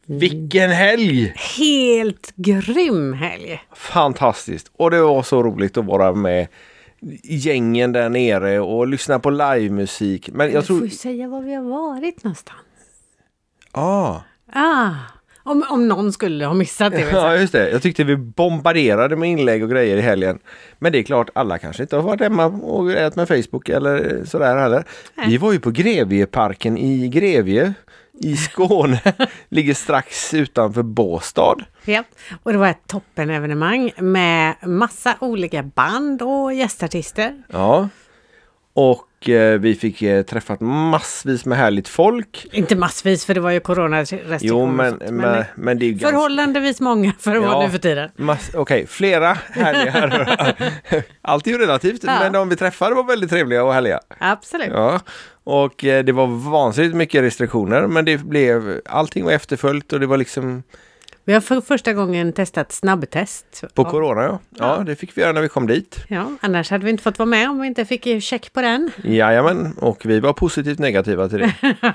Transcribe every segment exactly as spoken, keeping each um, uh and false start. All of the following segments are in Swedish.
Vilken helg! Helt grym helg. Fantastiskt. Och det var så roligt att vara med gängen där nere och lyssna på livemusik. Men jag Du tror... får ju säga var vi har varit någonstans. Ah. Ah, om, om någon skulle ha missat det. Ja, just det. Jag tyckte vi bombarderade med inlägg och grejer i helgen. Men det är klart, alla kanske inte har varit hemma och grejat med Facebook eller sådär heller. Nej. Vi var ju på Grevieparken i Grevie i Skåne. Ligger strax utanför Båstad. Ja, och det var ett toppenevenemang med massa olika band och gästartister. Ja, och eh, vi fick eh, träffat massvis med härligt folk. Inte massvis, för det var ju coronarestriktioner. Jo, men, men, men, men det är ju förhållandevis ganska... många för att ja, vara nu för tiden. Mass... Okej, okay, flera härliga. Allt är ju relativt, ja. Men de vi träffade var väldigt trevliga och härliga. Absolut. Ja, och eh, det var vansinnigt mycket restriktioner, men det blev, allting var efterföljt och det var liksom... Vi har för första gången testat snabbtest. På corona, ja. Ja, ja. Det fick vi göra när vi kom dit. Ja, annars hade vi inte fått vara med om vi inte fick check på den. Jajamän, och vi var positivt negativa till det.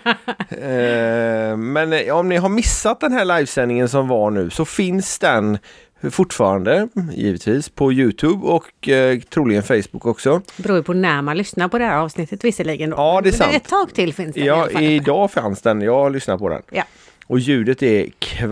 eh, men om ni har missat den här livesändningen som var nu, så finns den fortfarande, givetvis, på YouTube och eh, troligen Facebook också. Det beror ju på när man lyssnar på det här avsnittet visserligen. Då. Ja, det är sant. Ett tag till finns den. Ja, idag fanns den. Jag lyssnar på den. Ja. Och ljudet är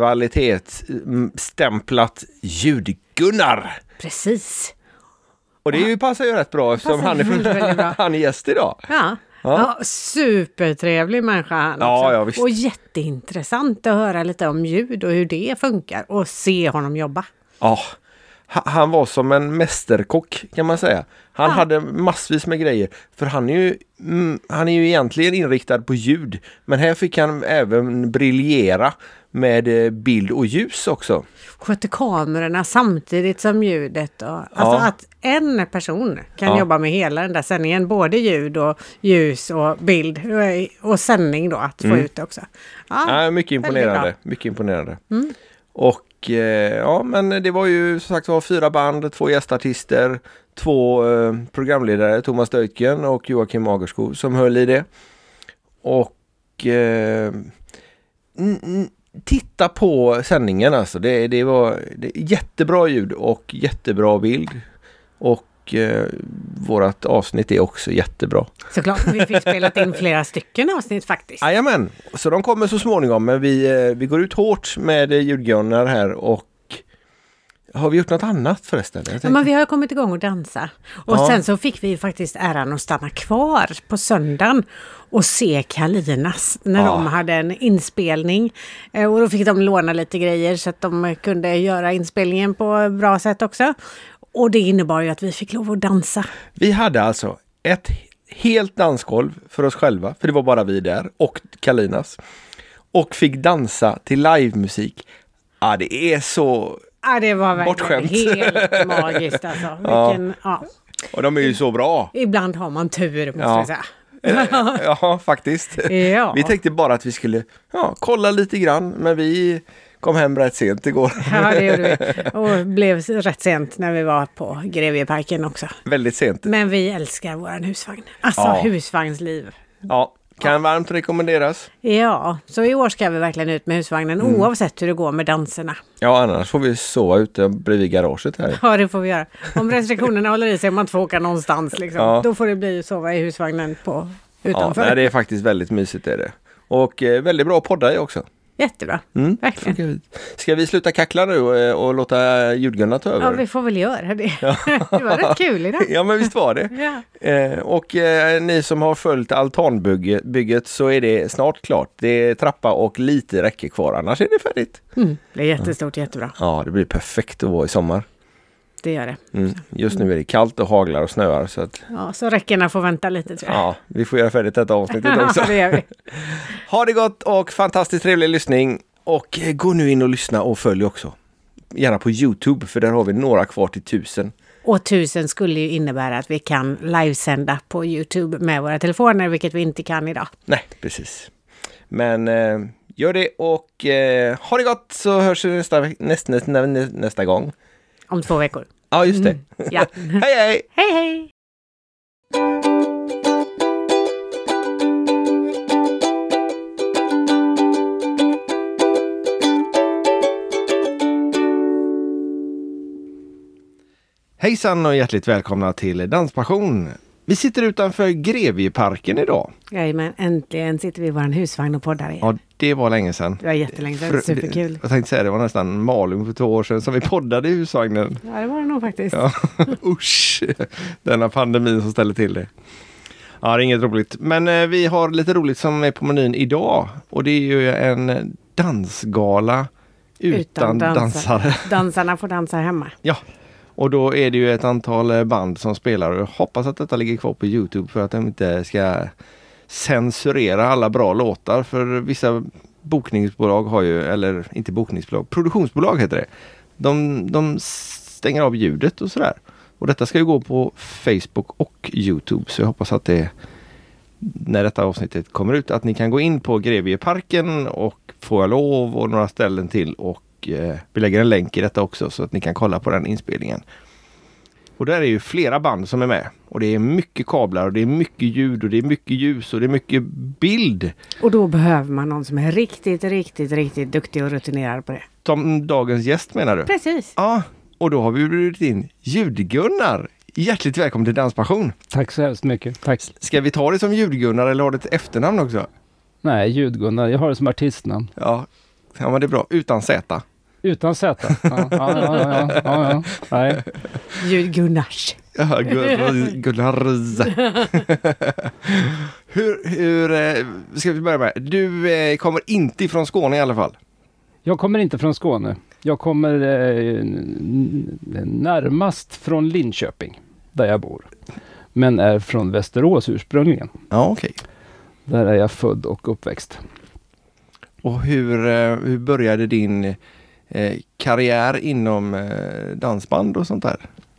kvalitetsstämplat ljud-Gunnar. Precis. Och det är ju, passar ju rätt bra eftersom han är, från, bra. han är gäst idag. Ja. Ja. Ja, supertrevlig människa han ja, också. Ja, visst. Och jätteintressant att höra lite om ljud och hur det funkar och se honom jobba. Ja, han var som en mästerkock kan man säga. Han ja. hade massvis med grejer. För han är ju mm, han är ju egentligen inriktad på ljud. Men här fick han även briljera med bild och ljus också. Sköter kamerorna samtidigt som ljudet. Och, alltså ja. att en person kan ja. jobba med hela den där sändningen. Både ljud och ljus och bild och sändning då. Att få mm. ut det också. Ja, ja, mycket imponerande. Mycket imponerande. Mm. Och ja, men det var ju som sagt var fyra band, två gästartister, två eh, programledare, Thomas Deutgen och Joakim Agerskog som höll i det. Och eh, n- n- titta på sändningen alltså. Det, det var det, jättebra ljud och jättebra bild. Och eh, vårat avsnitt är också jättebra. Såklart, vi fick spelat in flera stycken avsnitt faktiskt. Jajamän, så de kommer så småningom, men vi, eh, vi går ut hårt med ljudgunnar här. Och har vi gjort något annat förresten? Ja, men vi har kommit igång och dansa. Och ja. sen så fick vi faktiskt äran att stanna kvar på söndagen och se Kalinas när ja. de hade en inspelning. Och då fick de låna lite grejer så att de kunde göra inspelningen på bra sätt också. Och det innebar ju att vi fick lov att dansa. Vi hade alltså ett helt dansgolv för oss själva, för det var bara vi där, och Kalinas. Och fick dansa till livemusik. Ja, det är så... Ja, det var verkligen bortskämt. Helt magiskt alltså. Vilken, ja. Ja. Och de är ju så bra. Ibland har man tur, måste ja. jag säga. Ja, faktiskt. Ja. Vi tänkte bara att vi skulle ja, kolla lite grann, men vi kom hem rätt sent igår. Ja, det gjorde vi. Och blev rätt sent när vi var på Grevieparken också. Väldigt sent. Men vi älskar våran husvagn. Alltså ja. husvagnsliv. Ja, kan ja. varmt rekommenderas. Ja, så i år ska vi verkligen ut med husvagnen mm. oavsett hur det går med danserna. Ja, annars får vi sova ute bredvid garaget här. Ja, det får vi göra. Om restriktionerna håller i sig om man inte får åka någonstans liksom, ja. då får det bli att sova i husvagnen på utanför. Ja, nej, det är faktiskt väldigt mysigt är det. Och eh, väldigt bra poddar också. Jättebra, mm. verkligen. Ska vi sluta kackla nu och, och låta ljudgunnar ta över? Ja, vi får väl göra det. Ja. Det var rätt kul idag. Ja, men visst var det. Ja. Eh, och eh, ni som har följt altanbygget så är det snart klart. Det är trappa och lite räcke kvar, annars är det färdigt. Mm. Det är jättestort, ja. jättebra. Ja, det blir perfekt att vara i sommar. Det gör det. Mm. Just nu är det kallt och haglar och snöar. Så att... Ja, så räckorna får vänta lite tror jag. Ja, vi får göra färdigt detta avsnittet också. Ja, det gör vi. Ha det gott och fantastiskt trevlig lyssning. Och gå nu in och lyssna och följ också. Gärna på YouTube, för där har vi några kvar till tusen. Och tusen skulle ju innebära att vi kan livesända på YouTube med våra telefoner, vilket vi inte kan idag. Nej, precis. Men eh, gör det och eh, ha det gott, så hörs vi nästa, nästa, nästa, nästa gång. Om två veckor. Ja, just det. Mm, ja. Hej, hej! Hej, hej! Hejsan och hjärtligt välkomna till Danspassion. Vi sitter utanför Grevieparken idag. Jajamän, äntligen sitter vi i vår husvagn och poddar igen. Ja, det var länge sedan. Det var jättelänge sedan, superkul. Jag tänkte säga, det var nästan Malung för två år sedan som vi poddade i husvagnen. Ja, det var det nog faktiskt. Ja, usch, denna pandemin som ställer till det. Ja, det är inget roligt. Men eh, vi har lite roligt som är på menyn idag. Och det är ju en dansgala utan, utan dansare. dansare. Dansarna får dansa hemma. Ja. Och då är det ju ett antal band som spelar och jag hoppas att detta ligger kvar på YouTube för att de inte ska censurera alla bra låtar, för vissa bokningsbolag har ju, eller inte bokningsbolag, produktionsbolag heter det. De, de stänger av ljudet och sådär. Och detta ska ju gå på Facebook och YouTube, så jag hoppas att det, när detta avsnittet kommer ut, att ni kan gå in på Grevieparken och få lov och några ställen till, och vi lägger en länk i detta också så att ni kan kolla på den inspelningen. Och där är ju flera band som är med. Och det är mycket kablar och det är mycket ljud och det är mycket ljus och det är mycket bild. Och då behöver man någon som är riktigt, riktigt, riktigt duktig och rutinerad på det. Som dagens gäst menar du? Precis. Ja, och då har vi bjudit in Ljud-Gunnar. Hjärtligt välkommen till Danspassion. Tack så hemskt mycket. Tack. Ska vi ta det som Ljud-Gunnar eller har det ett efternamn också? Nej, Ljud-Gunnar. Jag har det som artistnamn. Ja. Ja, men det är bra. Utan Z. Utan Z. Ja, ja, ja, ja, ja, ja. Nej. Ljud-Gunnars. Ja, Gunnars. hur, hur ska vi börja med? Du eh, kommer inte ifrån Skåne i alla fall. Jag kommer inte från Skåne. Jag kommer eh, närmast från Linköping, där jag bor. Men är från Västerås ursprungligen. Ja, okej. Okay. Där är jag född och uppväxt. Och hur, hur började din eh, karriär inom eh, dansband och sånt där?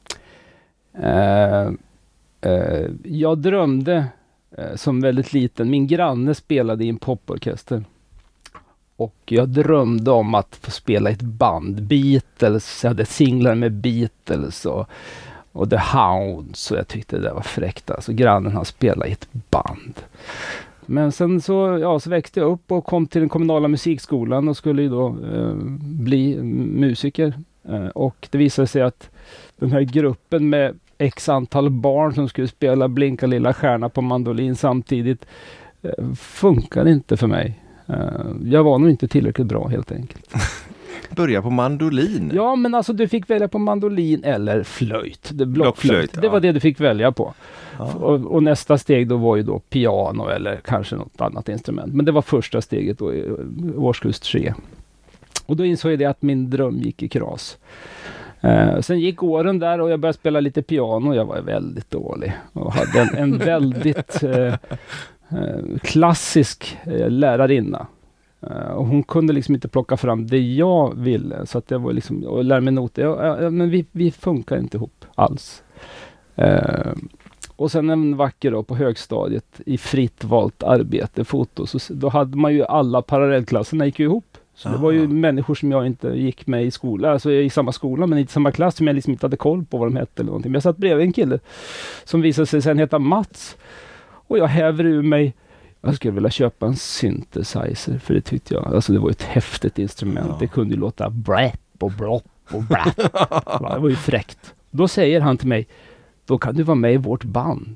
Eh, eh, jag drömde eh, som väldigt liten. Min granne spelade i en poporkester. Och jag drömde om att få spela i ett band. Beatles, jag hade singlar med Beatles och, och The Hounds. Så jag tyckte det var fräckt. Alltså grannen har spelat i ett band. Men sen så, ja, så växte jag upp och kom till den kommunala musikskolan och skulle ju då eh, bli musiker. Eh, och det visade sig att den här gruppen med x antal barn som skulle spela Blinka lilla stjärna på mandolin samtidigt eh, funkade inte för mig. Eh, jag var nog inte tillräckligt bra helt enkelt. Börja på mandolin? Ja, men alltså du fick välja på mandolin eller flöjt. Det, blockflöjt. blockflöjt, det ja. var det du fick välja på. Ja. Och, och nästa steg då var ju då piano eller kanske något annat instrument. Men det var första steget då i årskurs tre. Och då insåg jag det att min dröm gick i kras. Eh, sen gick åren där och jag började spela lite piano. Jag var väldigt dålig och hade en, en väldigt eh, eh, klassisk eh, lärarinna. Uh, och hon kunde liksom inte plocka fram det jag ville, så att det var liksom, och lära mig noter, ja, ja, men vi, vi funkar inte ihop alls. Uh, och sen en vacker dag på högstadiet i fritt valt arbete, foto, så då hade man ju alla parallellklasserna gick ju ihop. Så det var ju människor som jag inte gick med i skola, alltså i samma skola men inte i samma klass, som jag liksom inte hade koll på vad de hette eller någonting. Men jag satt bredvid en kille som visade sig sen heta Mats, och jag häver ur mig, jag skulle vilja köpa en synthesizer, för det tyckte jag, alltså det var ett häftigt instrument. Ja. Det kunde ju låta bräpp och blopp och bräpp. Det var ju fräckt. Då säger han till mig, då kan du vara med i vårt band.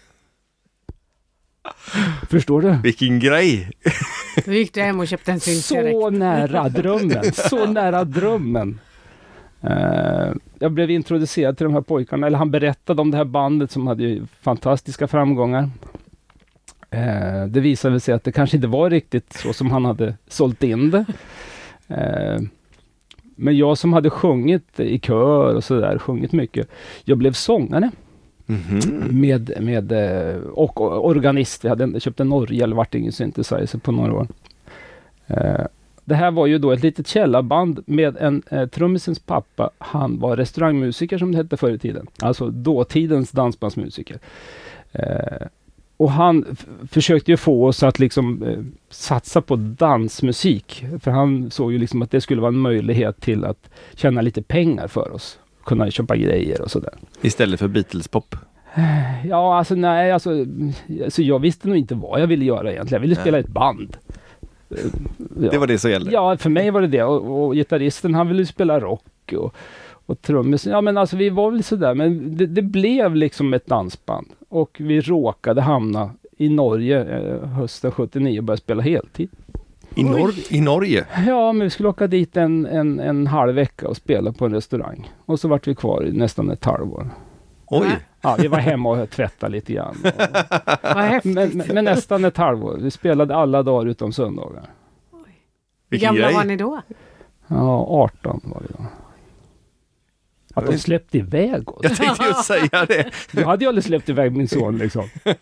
Förstår du? Vilken grej! Då gick du hem och köpte en synt. Så nära drömmen, så nära drömmen. Uh, jag blev introducerad till de här pojkarna, eller han berättade om det här bandet som hade ju fantastiska framgångar. Eh, det visade sig att det kanske inte var riktigt så som han hade sålt in det. Eh, men jag som hade sjungit i kör och sådär, sjungit mycket, jag blev sångare. Mm-hmm. Med, med, och, och organist. Jag hade köpt en Norge, vart ingen synthesizer på några år. Eh, det här var ju då ett litet källarband med en eh, trummisens pappa. Han var restaurangmusiker som det hette förr i tiden. Alltså dåtidens dansbandsmusiker. Eh, Och han f- försökte ju få oss att liksom eh, satsa på dansmusik. För han såg ju liksom att det skulle vara en möjlighet till att tjäna lite pengar för oss. Kunna köpa grejer och sådär. Istället för Beatles-pop? Ja, alltså nej, alltså, alltså jag visste nog inte vad jag ville göra egentligen. Jag ville nej. spela ett band. Ja. Det var det som gällde? Ja, för mig var det det. Och, och gitarristen, han ville spela rock och Och trummis, ja men alltså vi var väl sådär, men det, det blev liksom ett dansband. Och vi råkade hamna i Norge eh, hösten sjuttionio och började spela heltid. I, Nor- I Norge? Ja, men vi skulle åka dit en, en, en halv vecka och spela på en restaurang. Och så vart vi kvar i nästan ett halvår. Oj! Ja, vi var hemma och tvättade lite grann. Och, men, men, men nästan ett halvår. Vi spelade alla dagar utom söndagar. Hur gamla grej. Var ni då? Ja, arton var vi då. Att de släppte iväg oss. Jag tänkte ju säga det. Jag hade ju aldrig släppt iväg min son liksom.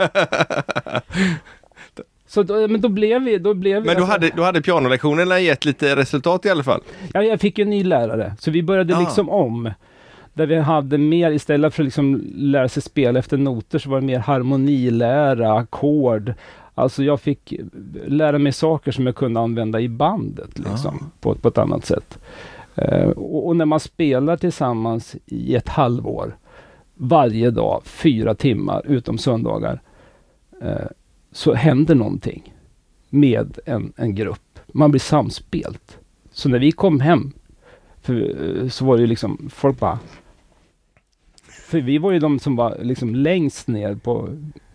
Så då, men då blev vi... Då blev vi men då alltså, hade, då hade pianolektionerna gett lite resultat i alla fall? Ja, jag fick ju en ny lärare. Så vi började ah. liksom om. Där vi hade mer, istället för att liksom lära sig spela efter noter, så var det mer harmonilära, ackord. Alltså jag fick lära mig saker som jag kunde använda i bandet liksom, ah. på, på ett annat sätt. Uh, och, och när man spelar tillsammans i ett halvår, varje dag, fyra timmar utom söndagar, uh, så händer någonting med en, en grupp. Man blir samspelt. Så när vi kom hem, för, uh, så var det ju liksom, folk bara... För vi var ju de som var liksom längst ner på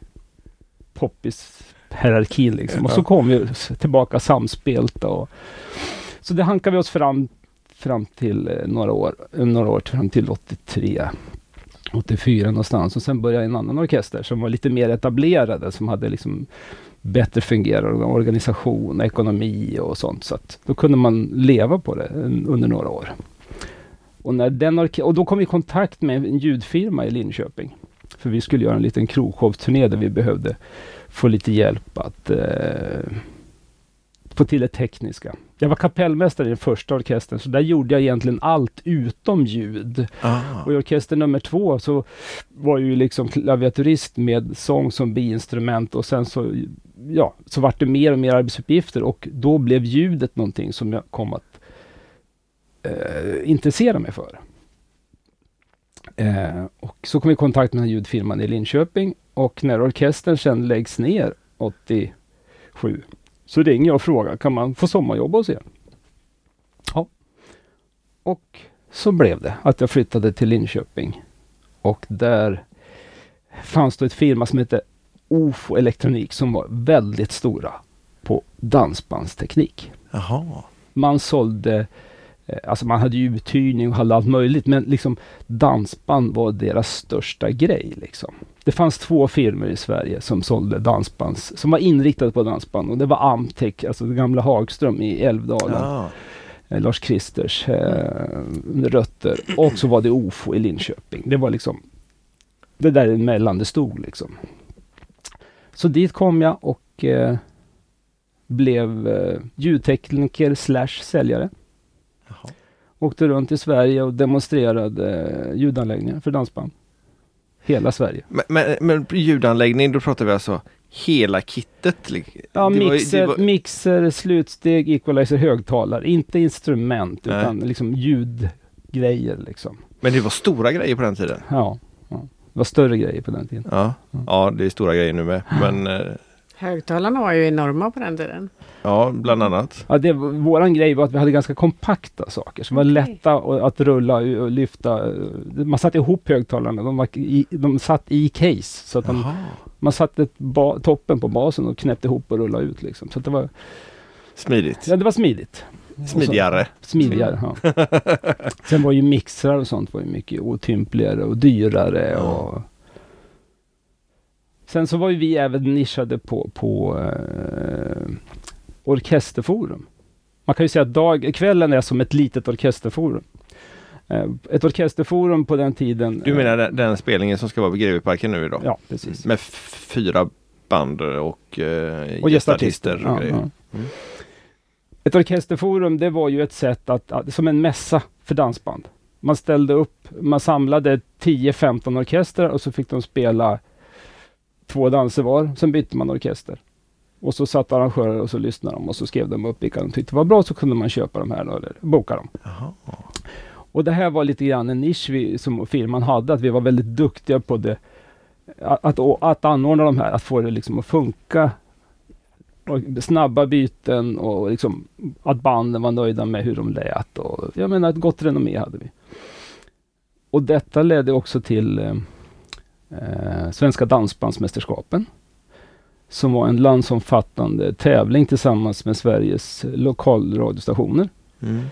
poppis-hierarkin liksom. Och så kom vi tillbaka samspelta. Och, så det hankade vi oss fram fram till eh, några år, några år fram till åttiotre, åttiofyra någonstans. Och sen började en annan orkester som var lite mer etablerade, som hade liksom bättre fungerande organisation, ekonomi och sånt. Så att då kunde man leva på det under några år. Och, när den orke- och då kom vi i kontakt med en ljudfirma i Linköping. För vi skulle göra en liten krogshowsturné där vi behövde få lite hjälp att eh, få till det tekniska. Jag var kapellmästare i den första orkestern, så där gjorde jag egentligen allt utom ljud. Ah. Och i orkester nummer två så var jag ju liksom klaviaturist med sång som biinstrument, och sen så, ja, så var det mer och mer arbetsuppgifter, och då blev ljudet någonting som jag kom att eh, intressera mig för. Eh, och så kom vi i kontakt med den här ljudfirman i Linköping, och när orkestern sen läggs ner åttiosju, så ringer jag och frågar, kan man få sommarjobb hos er? Ja. Och så blev det att jag flyttade till Linköping. Och där fanns det ett firma som hette O F O Elektronik, som var väldigt stora på dansbandsteknik. Jaha. Man sålde, alltså man hade ju uthyrning och hade allt möjligt, men liksom dansband var deras största grej liksom. Det fanns två firmor i Sverige som sålde dansbands, som var inriktade på dansband, och det var Amtech, alltså det gamla Hagström i Älvdalen. Ja. Eh, Lars Kristers eh, rötter, och så var det O F O i Linköping. Det var liksom det där emellan det stod liksom. Så dit kom jag och eh, blev eh, ljudtekniker slash säljare. Jaha. Åkte runt i Sverige och demonstrerade eh, ljudanläggningar för dansband. Hela Sverige. Men, men, men ljudanläggning, då pratar vi alltså hela kittet? Ja, mixer, var, var... mixer, slutsteg, equalizer, högtalare. Inte instrument, Nej. utan liksom ljudgrejer liksom. Men det var stora grejer på den tiden? Ja, ja. Det var större grejer på den tiden. Ja, ja. ja det är stora grejer nu med. Men, eh... högtalarna var ju enorma på den tiden. Ja, bland annat. Ja, det, våran grej var att vi hade ganska kompakta saker som okay. var lätta att, att rulla och lyfta. Man satte ihop högtalarna. De, var i, de satt i case. Så att de, man satte ba, toppen på basen och knäppte ihop och rullade ut. Liksom. Så att det var smidigt. Ja, det var smidigt. Smidigare. Så, smidigare, ja. Sen var ju mixrar och sånt var ju mycket otympligare och dyrare. Ja. Och sen så var ju vi även nischade på, på eh, orkesterforum. Man kan ju säga att dag, kvällen är som ett litet orkesterforum. Eh, ett orkesterforum på den tiden. Du menar den, den spelningen som ska vara på Greveparken nu idag? Ja, precis. Med f- fyra band och, eh, och gästartister och ja, grejer. Ja. Mm. Ett orkesterforum, det var ju ett sätt att, att, som en mässa för dansband. Man ställde upp, man samlade tio femton orkestrar och så fick de spela två danser var, sen bytte man orkester. Och så satt arrangörer och så lyssnade de och så skrev de upp vilka de tyckte var bra, så kunde man köpa de här eller boka dem. Jaha. Och det här var lite grann en nisch vi, som firman hade, att vi var väldigt duktiga på det, att, att, att anordna de här, att få det liksom att funka. Och snabba byten och liksom att banden var nöjda med hur de lät. Och jag menar, ett gott renommé hade vi. Och detta ledde också till eh, Svenska dansbandsmästerskapen, som var en landsomfattande tävling tillsammans med Sveriges lokalradiostationer. Mm.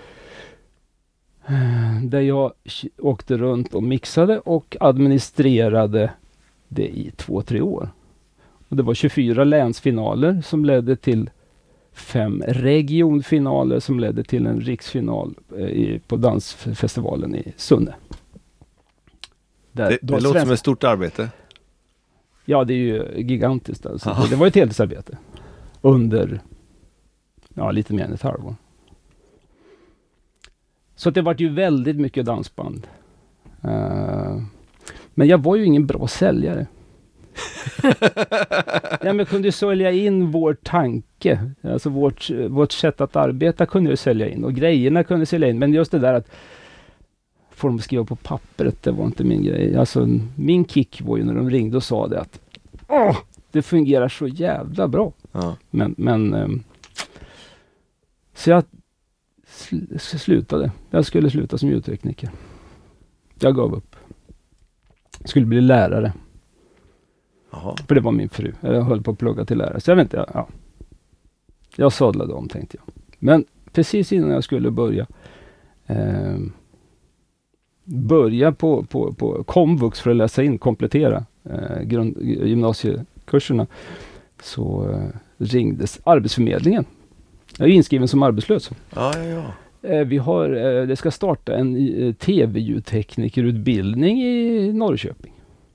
Eh, där jag åkte runt och mixade och administrerade det i två, tre år. Och det var tjugofyra länsfinaler som ledde till fem regionfinaler som ledde till en riksfinal eh, i, på dansfestivalen i Sunne. Där, det det låter svenska... som ett stort arbete. Ja, det är ju gigantiskt. Alltså. Det var ett heltidsarbete under ja, lite mer än ett halvår. Så det var ju väldigt mycket dansband. Uh, men jag var ju ingen bra säljare. Ja, men jag kunde sälja in vår tanke. Alltså vårt, vårt sätt att arbeta kunde jag sälja in. Och grejerna kunde jag sälja in. Men just det där att få dem att skriva på pappret, det var inte min grej. Alltså min kick var ju när de ringde och sa det att åh, det fungerar så jävla bra. Ja. Men, men um, så jag sl- slutade. Jag skulle sluta som ljudtekniker. Jag gav upp. Jag skulle bli lärare. Aha. För det var min fru. Jag höll på att plugga till lärare. Så jag vet inte, ja. Jag sadlade om, tänkte jag. Men precis innan jag skulle börja eh, börja på, på, på komvux för att läsa in, komplettera eh, grund, gymnasiekurserna, så eh, ringdes Arbetsförmedlingen. Jag är inskriven som arbetslös. Ja, ja, ja. Eh, vi har, eh, det ska starta en eh, tv-ljudteknikerutbildning i Norrköping.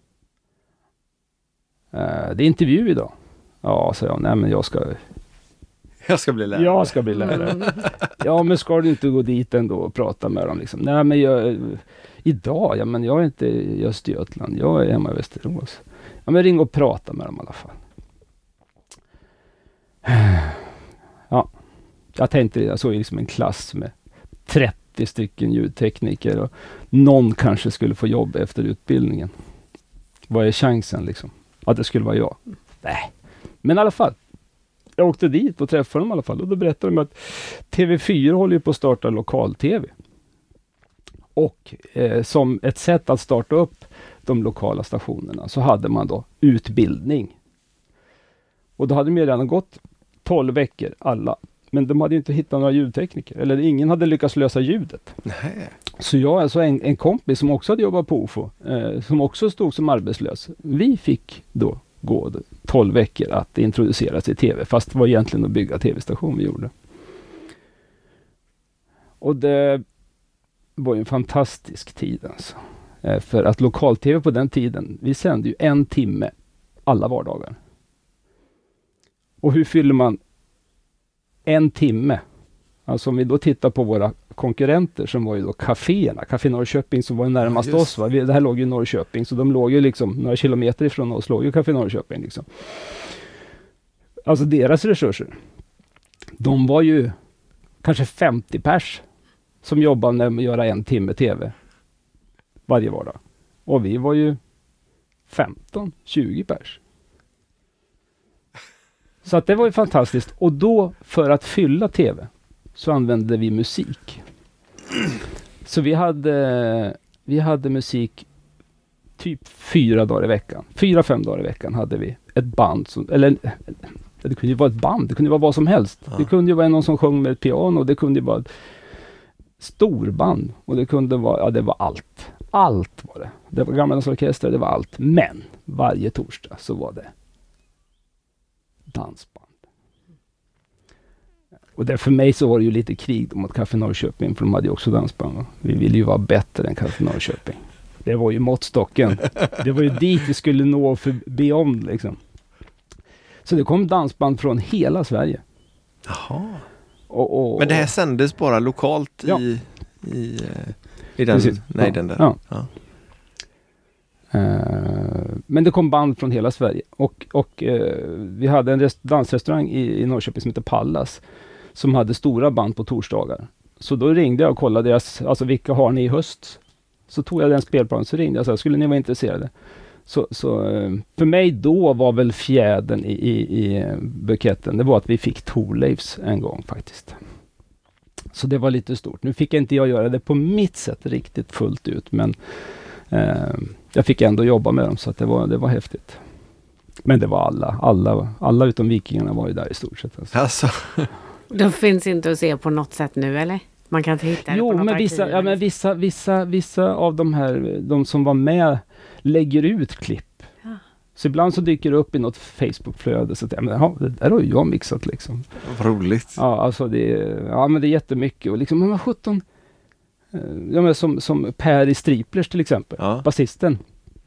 Eh, det är intervju idag. Ja, så jag, nej men jag ska... Jag ska bli lärare. Jag ska bli lärare. Ja, men ska du inte gå dit ändå och prata med dem liksom? Nej, men jag... Idag, ja men jag är inte i Östergötland. Jag är hemma i Västerås. Ja, men ring och prata med dem i alla fall. Ja, jag tänkte, jag såg liksom en klass med trettio stycken ljudtekniker och någon kanske skulle få jobb efter utbildningen. Vad är chansen liksom? Att det skulle vara jag? Nej. Men i alla fall. Jag åkte dit och träffade dem i alla fall. Och då berättade de att T V fyra håller ju på att starta lokal-tv. Och eh, som ett sätt att starta upp de lokala stationerna så hade man då utbildning. Och då hade de ju redan gått tolv veckor alla. Men de hade ju inte hittat några ljudtekniker. Eller ingen hade lyckats lösa ljudet. Nej. Så jag, alltså en, en kompis som också hade jobbat på O F O, eh, som också stod som arbetslös. Vi fick då gå tolv veckor att introduceras i tv. Fast det var egentligen att bygga tv-station vi gjorde. Och det var ju en fantastisk tid alltså. Eh, för att lokal-tv på den tiden, vi sände ju en timme alla vardagar. Och hur fyller man en timme? Alltså om vi då tittar på våra konkurrenter som var ju då kaféerna. Café Norrköping som var närmast ja, oss. Va? Vi, det här låg ju i Norrköping. Så de låg ju liksom några kilometer ifrån oss låg ju Café Norrköping liksom. Alltså deras resurser. De var ju kanske femtio pers som jobbade med att göra en timme tv varje vardag. Och vi var ju femton tjugo pers. Så att det var ju fantastiskt. Och då för att fylla tv så använde vi musik. Så vi hade vi hade musik typ fyra dagar i veckan. Fyra, fem dagar i veckan hade vi ett band. Som, eller det kunde ju vara ett band. Det kunde ju vara vad som helst. Ja. Det kunde ju vara någon som sjöng med ett piano. Det kunde ju vara ett storband. Och det kunde vara, ja det var allt. Allt var det. Det var Gamla orkester, det var allt. Men varje torsdag så var det dansband. Och där för mig så var det ju lite krig mot Café Norrköping, för de hade ju också dansband. Vi ville ju vara bättre än Café Norrköping. Det var ju måttstocken. Det var ju dit vi skulle nå för beyond liksom. Så det kom dansband från hela Sverige. Jaha. Och, och, men det här sändes bara lokalt ja. i, i, i den, nej, ja. den där. Ja. Ja. Uh, men det kom band från hela Sverige. Och, och uh, vi hade en rest- dansrestaurang i, i Norrköping som heter Pallas. Som hade stora band på torsdagar. Så då ringde jag och kollade deras, alltså vilka har ni i höst? Så tog jag den spelplanen, så ringde jag och sa, skulle ni vara intresserade? Så, så för mig då var väl fjädern i, i, i buketten, det var att vi fick Thorleifs en gång faktiskt. Så det var lite stort. Nu fick inte jag göra det på mitt sätt riktigt fullt ut, men eh, jag fick ändå jobba med dem, så att det var, det var häftigt. Men det var alla, alla, alla utom Vikingarna var ju där i stort sett. Alltså. Alltså. De finns inte att se på något sätt nu, eller? Man kan inte hitta det jo, på något men vissa, ja, men vissa, vissa, vissa av de här, de som var med, lägger ut klipp. Ja. Så ibland så dyker det upp i något Facebook-flöde, så att jag, men, ja, det där har ju jag mixat liksom. Vad roligt. Ja, alltså det, ja, men det är jättemycket. Och liksom, men vad sjutton, ja, men som, som Per i Striplers till exempel, ja. Basisten.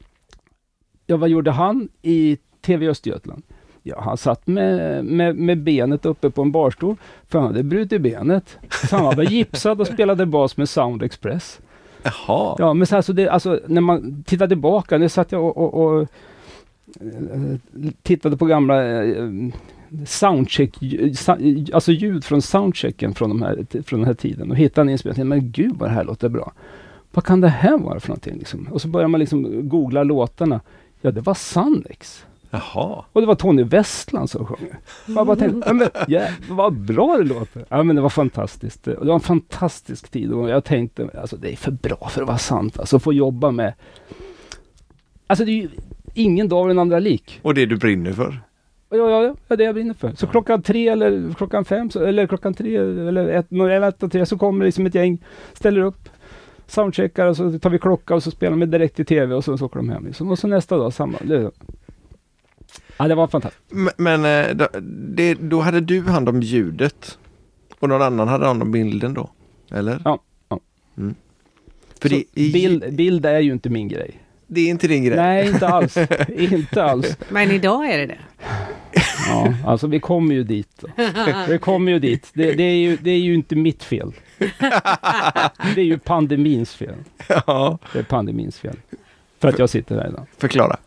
Ja, vad gjorde han i T V Östergötland? Ja, han satt med, med, med benet uppe på en barstol, för han hade brutit benet. Så han var gipsad och spelade bas med Sound Express. Jaha. Ja, men så alltså, det, alltså när man tittar tillbaka, nu satt jag och, och, och uh, tittade på gamla uh, soundcheck, uh, alltså ljud från soundchecken från, de här, från den här tiden, och hittade en inspelning. Men gud vad det här låter bra. Vad kan det här vara för någonting? Liksom? Och så börjar man liksom googla låtarna. Ja, det var Sannex. Jaha. Och det var Tony Westland som sjöng. Jag bara tänkte, ja, men, yeah, vad bra det låter. Ja, men det var fantastiskt. Det var en fantastisk tid. Och jag tänkte, alltså det är för bra för att vara sant. Alltså få jobba med... Alltså det är ju ingen dag den andra lik. Och det du brinner för? Ja, ja, ja, det är det jag brinner för. Så klockan tre eller klockan fem, så, eller klockan tre eller ett, eller ett och tre, så kommer liksom ett gäng, ställer upp, soundcheckar, och så tar vi klocka och så spelar de direkt i tv, och så, så åker de hem. Liksom. Och så nästa dag samma. Det, ja, det var fantastiskt. Men, men då, det, då hade du hand om ljudet och någon annan hade hand om bilden då? Eller? Ja. ja. Mm. För det, bild, bild är ju inte min grej. Det är inte din grej? Nej, inte alls. inte alls. Men idag är det det. Ja, alltså vi kommer ju dit. Då. Vi kommer ju dit. Det, det, är ju, det är ju inte mitt fel. Det är ju pandemins fel. Ja. Det är pandemins fel. För att jag sitter här idag. Förklara.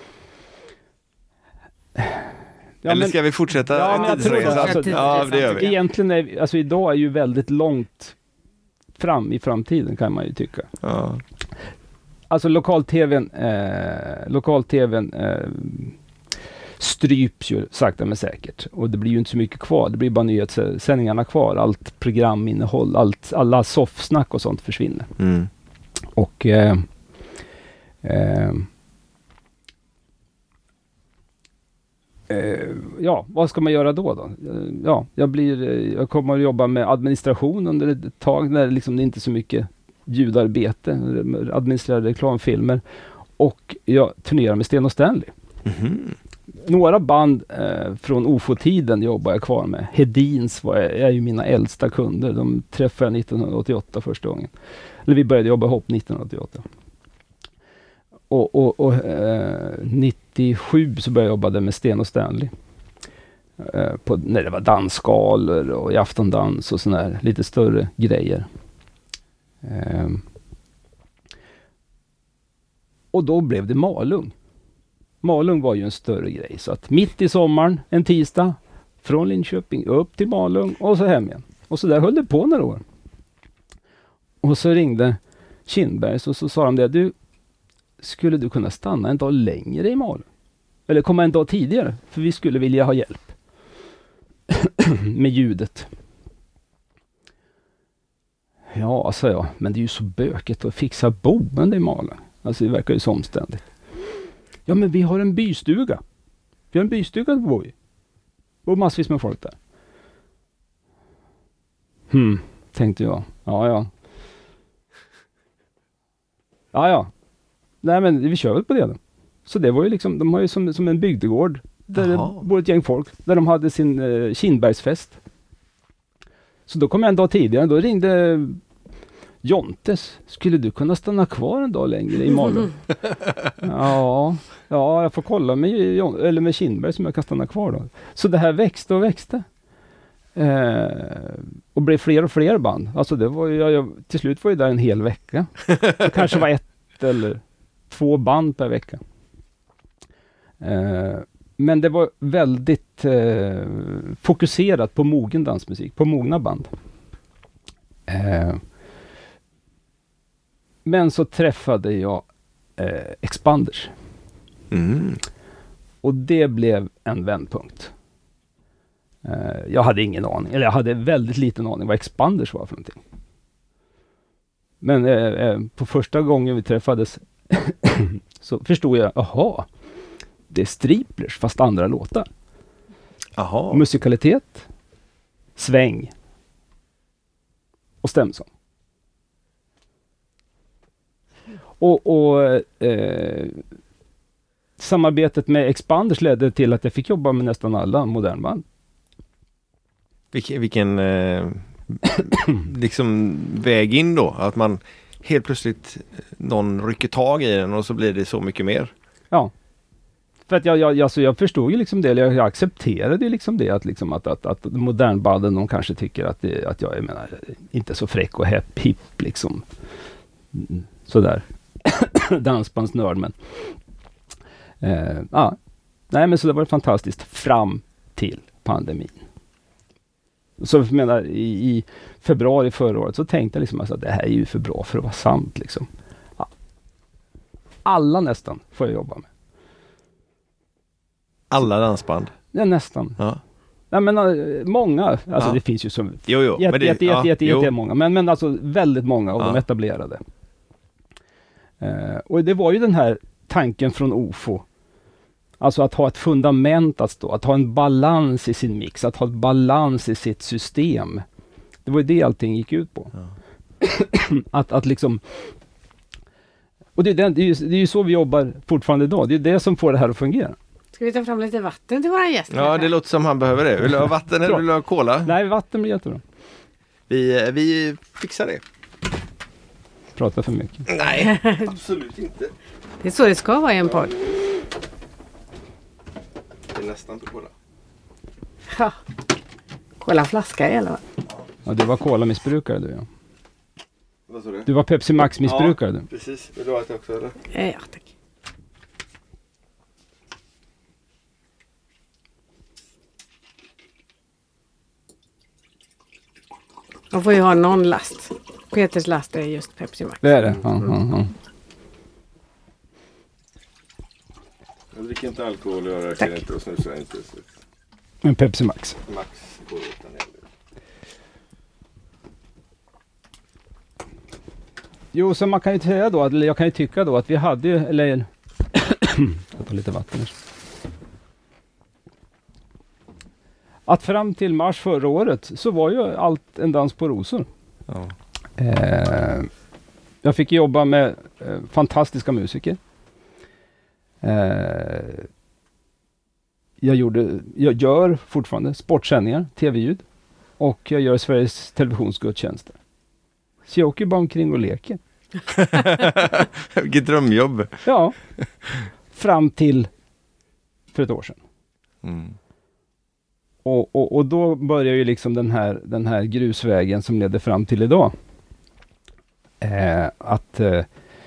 Ja, Eller men, ska vi fortsätta? Ja, men jag tror det. Alltså, ja, det gör vi. Egentligen är, alltså idag är ju väldigt långt fram i framtiden, kan man ju tycka. Ja. Alltså lokal-tvn eh, lokal-tvn eh, stryps ju sakta men säkert. Och det blir ju inte så mycket kvar. Det blir bara nyhetssändningarna kvar. Allt programinnehåll, allt, alla soffsnack och sånt försvinner. Mm. Och eh, eh, eh, ja, vad ska man göra då då? Ja, jag blir jag kommer att jobba med administration under ett tag när liksom det inte är så mycket ljudarbete, administrera reklamfilmer, och jag turnerar med Sten och Stanley. Mm-hmm. Några band eh, från O F O-tiden jobbar jag kvar med. Hedins var jag, är ju mina äldsta kunder. De träffade jag nittonhundraåttioåtta första gången. Eller vi började jobba ihop nittonhundraåttioåtta. Och, och, och eh, nittiosju så började jag jobba med Sten och Stanley. Eh, på, när det var dansskalor och i aftondans och sådana här lite större grejer. Eh, och då blev det Malung. Malung var ju en större grej, så att mitt i sommaren, en tisdag, från Linköping upp till Malung och så hem igen. Och så där höll det på några år. Och så ringde Kindbergs och så sa de det, du, skulle du kunna stanna en dag längre i Malung? Eller komma en dag tidigare, för vi skulle vilja ha hjälp med ljudet. Ja, sa jag, men det är ju så bökigt att fixa boende i Malung. Alltså det verkar ju så omständigt. Ja, men vi har en bystuga. Vi har en bystuga att bo i. Och massvis med folk där. Hmm, tänkte jag. Ja, ja. Ja, ja. Nej, men vi kör väl på det då. Så det var ju liksom, de har ju som, som en bygdegård. Där Aha. det bor ett gäng folk. Där de hade sin eh, Kindbergsfest. Så då kom jag en dag tidigare. Då ringde Jontes, skulle du kunna stanna kvar en dag längre i Malung? ja, ja, jag får kolla med, eller med Kindberg som jag kan stanna kvar då. Så det här växte och växte. Eh, och blev fler och fler band. Alltså det var jag, jag, till slut var jag där en hel vecka. Det kanske var ett eller två band per vecka. Eh, men det var väldigt eh, fokuserat på mogen dansmusik, på mogna band. Eh, Men så träffade jag eh, Expanders. Mm. Och det blev en vändpunkt. Eh, jag hade ingen aning, eller jag hade väldigt liten aning vad expanders var för någonting. Men eh, eh, på första gången vi träffades så förstod jag, aha, det är striplers fast andra låtar. Aha. Musikalitet, sväng och stämsång. Och, och eh, samarbetet med expanders ledde till att jag fick jobba med nästan alla modernband. Vilken, vilken eh, liksom väg in då? Att man helt plötsligt någon rycker tag i den och så blir det så mycket mer. Ja. För att jag, jag, alltså jag förstod ju liksom det, jag, jag accepterade ju liksom det att, liksom att, att, att modernbanden, de kanske tycker att, det, att jag är menar, inte så fräck och hepp, hipp liksom. Mm, sådär. Dansbandsnörd, men eh, ja. Nej, men så det var fantastiskt fram till pandemin. Så jag menar, i, i februari förra året så tänkte jag liksom att det här är ju för bra för att vara sant liksom. Ja. Alla nästan får jag jobba med. Alla dansband? Ja, nästan. Ja. Nej, men uh, många, alltså ja. det finns ju som jo, jo. jätte, men det, jätte, ja, jätte, jätte, jätte många, men, men alltså väldigt många av ja. de etablerade. Uh, och det var ju den här tanken från O F O. Alltså att ha ett fundament att stå, att ha en balans i sin mix, att ha ett balans i sitt system. Det var ju det allting gick ut på. Ja. att, att liksom... Och det är, den, det, är ju, det är ju så vi jobbar fortfarande idag. Det är det som får det här att fungera. Ska vi ta fram lite vatten till våra gäster? Ja, det låter som han behöver det. Vill du ha vatten eller vill du ha cola? Nej, vatten blir jättebra. Vi, vi fixar det. Pratar för mycket. Nej, absolut inte. Det är så det ska vara i en podd. Det är nästan på cola. Ja. Colaflaska i alla fall. Ja, du var cola-missbrukare du, ja. Vad sa du? Du var Pepsi Max-missbrukare ja, du. Precis. Vill du ha ett också eller? Ja, tack. Man får ju ha någon last. Peters last är just Pepsi Max. Det är det. Ja, ja, ja. Jag dricker inte alkohol och jag röker inte och snusar inte. Så. Men Pepsi Max. Max går utan heller. Jo, så man kan ju säga då, eller jag kan ju tycka då att vi hade ju, eller jag tar lite vatten här. Att fram till mars förra året så var ju allt en dans på rosor. Ja. Eh, jag fick jobba med eh, fantastiska musiker. Eh, jag, gjorde, jag gör fortfarande sportsändningar, tv-ljud. Och jag gör Sveriges televisionsgudstjänster. Så jag åker bara omkring och leker. Vilket drömjobb. Ja. Fram till för ett år sedan. Mm. Och, och, och då börjar ju liksom den här, den här grusvägen som leder fram till idag. Eh, att eh,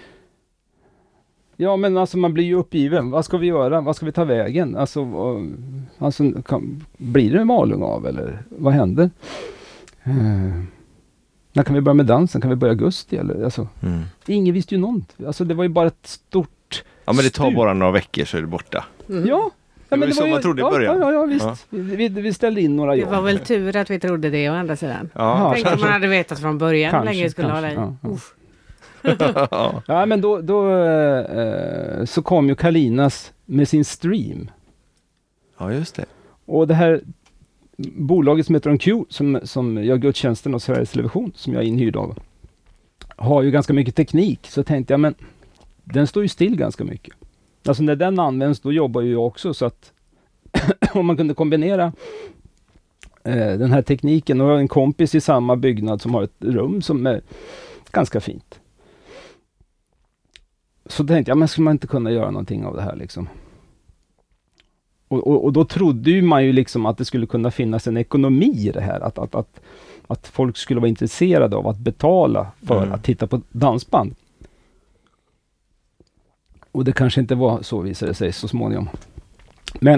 ja men alltså man blir ju uppgiven. Vad ska vi göra? Vad ska vi ta vägen? Alltså, uh, alltså kan, blir det en Malung av eller vad händer? Eh, när kan vi börja med dansen? Kan vi börja augusti? Eller? Alltså, mm. Ingen visste ju något. Alltså det var ju bara ett stort ja men det tar stup. Bara några veckor så är det borta. Mm. Ja. Ja, det var men ju så man trodde i ja, början. Ja, ja, ja visst. Ja. Vi, vi, vi ställde in några jobb. Det var väl tur att vi trodde det å andra sidan. Ja, tänk om man hade vetat från början kanske, hur länge vi skulle kanske, ha dig. Ja, ja. Ja, men då, då eh, så kom ju Kalinas med sin stream. Ja, just det. Och det här bolaget som heter On Q, som, som gör gudstjänsten och Sveriges Television, som jag är inhyrd av, har ju ganska mycket teknik. Så tänkte jag, men den står ju still ganska mycket. Alltså när den används, då jobbar ju jag också. Så att om man kunde kombinera eh, den här tekniken, och jag har en kompis i samma byggnad som har ett rum som är ganska fint. Så tänkte jag, men skulle man inte kunna göra någonting av det här liksom? Och, och, och då trodde ju man ju liksom att det skulle kunna finnas en ekonomi i det här. Att, att, att, att folk skulle vara intresserade av att betala för mm. att titta på dansband. Och det kanske inte var så, visade det sig så småningom. Men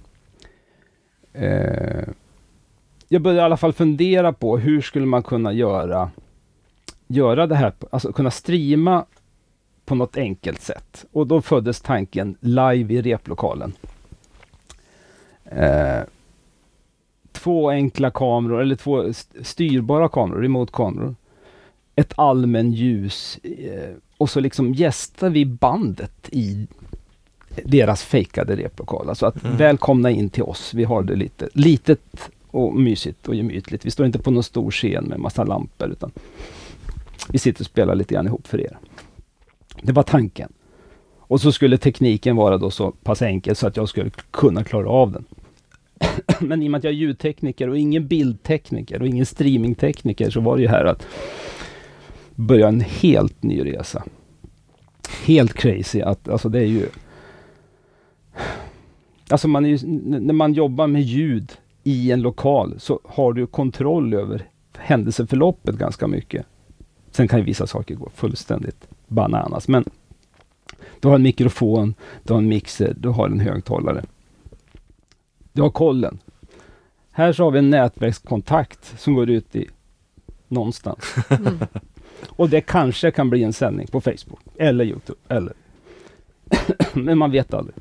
eh, jag började i alla fall fundera på hur skulle man kunna göra göra det här, alltså kunna streama på något enkelt sätt. Och då föddes tanken live i replokalen. Eh, två enkla kameror eller två styrbara kameror, remote-kameror. Ett allmän ljus eh, och så liksom gästar vi bandet i deras fejkade replokal. Alltså att mm. välkomna in till oss. Vi har det lite litet och mysigt och gemytligt. Vi står inte på någon stor scen med massa lampor utan vi sitter och spelar lite grann ihop för er. Det var tanken. Och så skulle tekniken vara då så pass enkel så att jag skulle kunna klara av den. Men i och med att jag är ljudtekniker och ingen bildtekniker och ingen streamingtekniker så var det ju här att börja en helt ny resa. Helt crazy. Att, alltså det är ju... Alltså man är ju, när man jobbar med ljud i en lokal så har du kontroll över händelseförloppet ganska mycket. Sen kan ju vissa saker gå fullständigt bananas. Men du har en mikrofon, du har en mixer, du har en högtalare. Du har kollen. Här så har vi en nätverkskontakt som går ut i någonstans. Mm. Och det kanske kan bli en sändning på Facebook eller YouTube. Eller. Men man vet aldrig.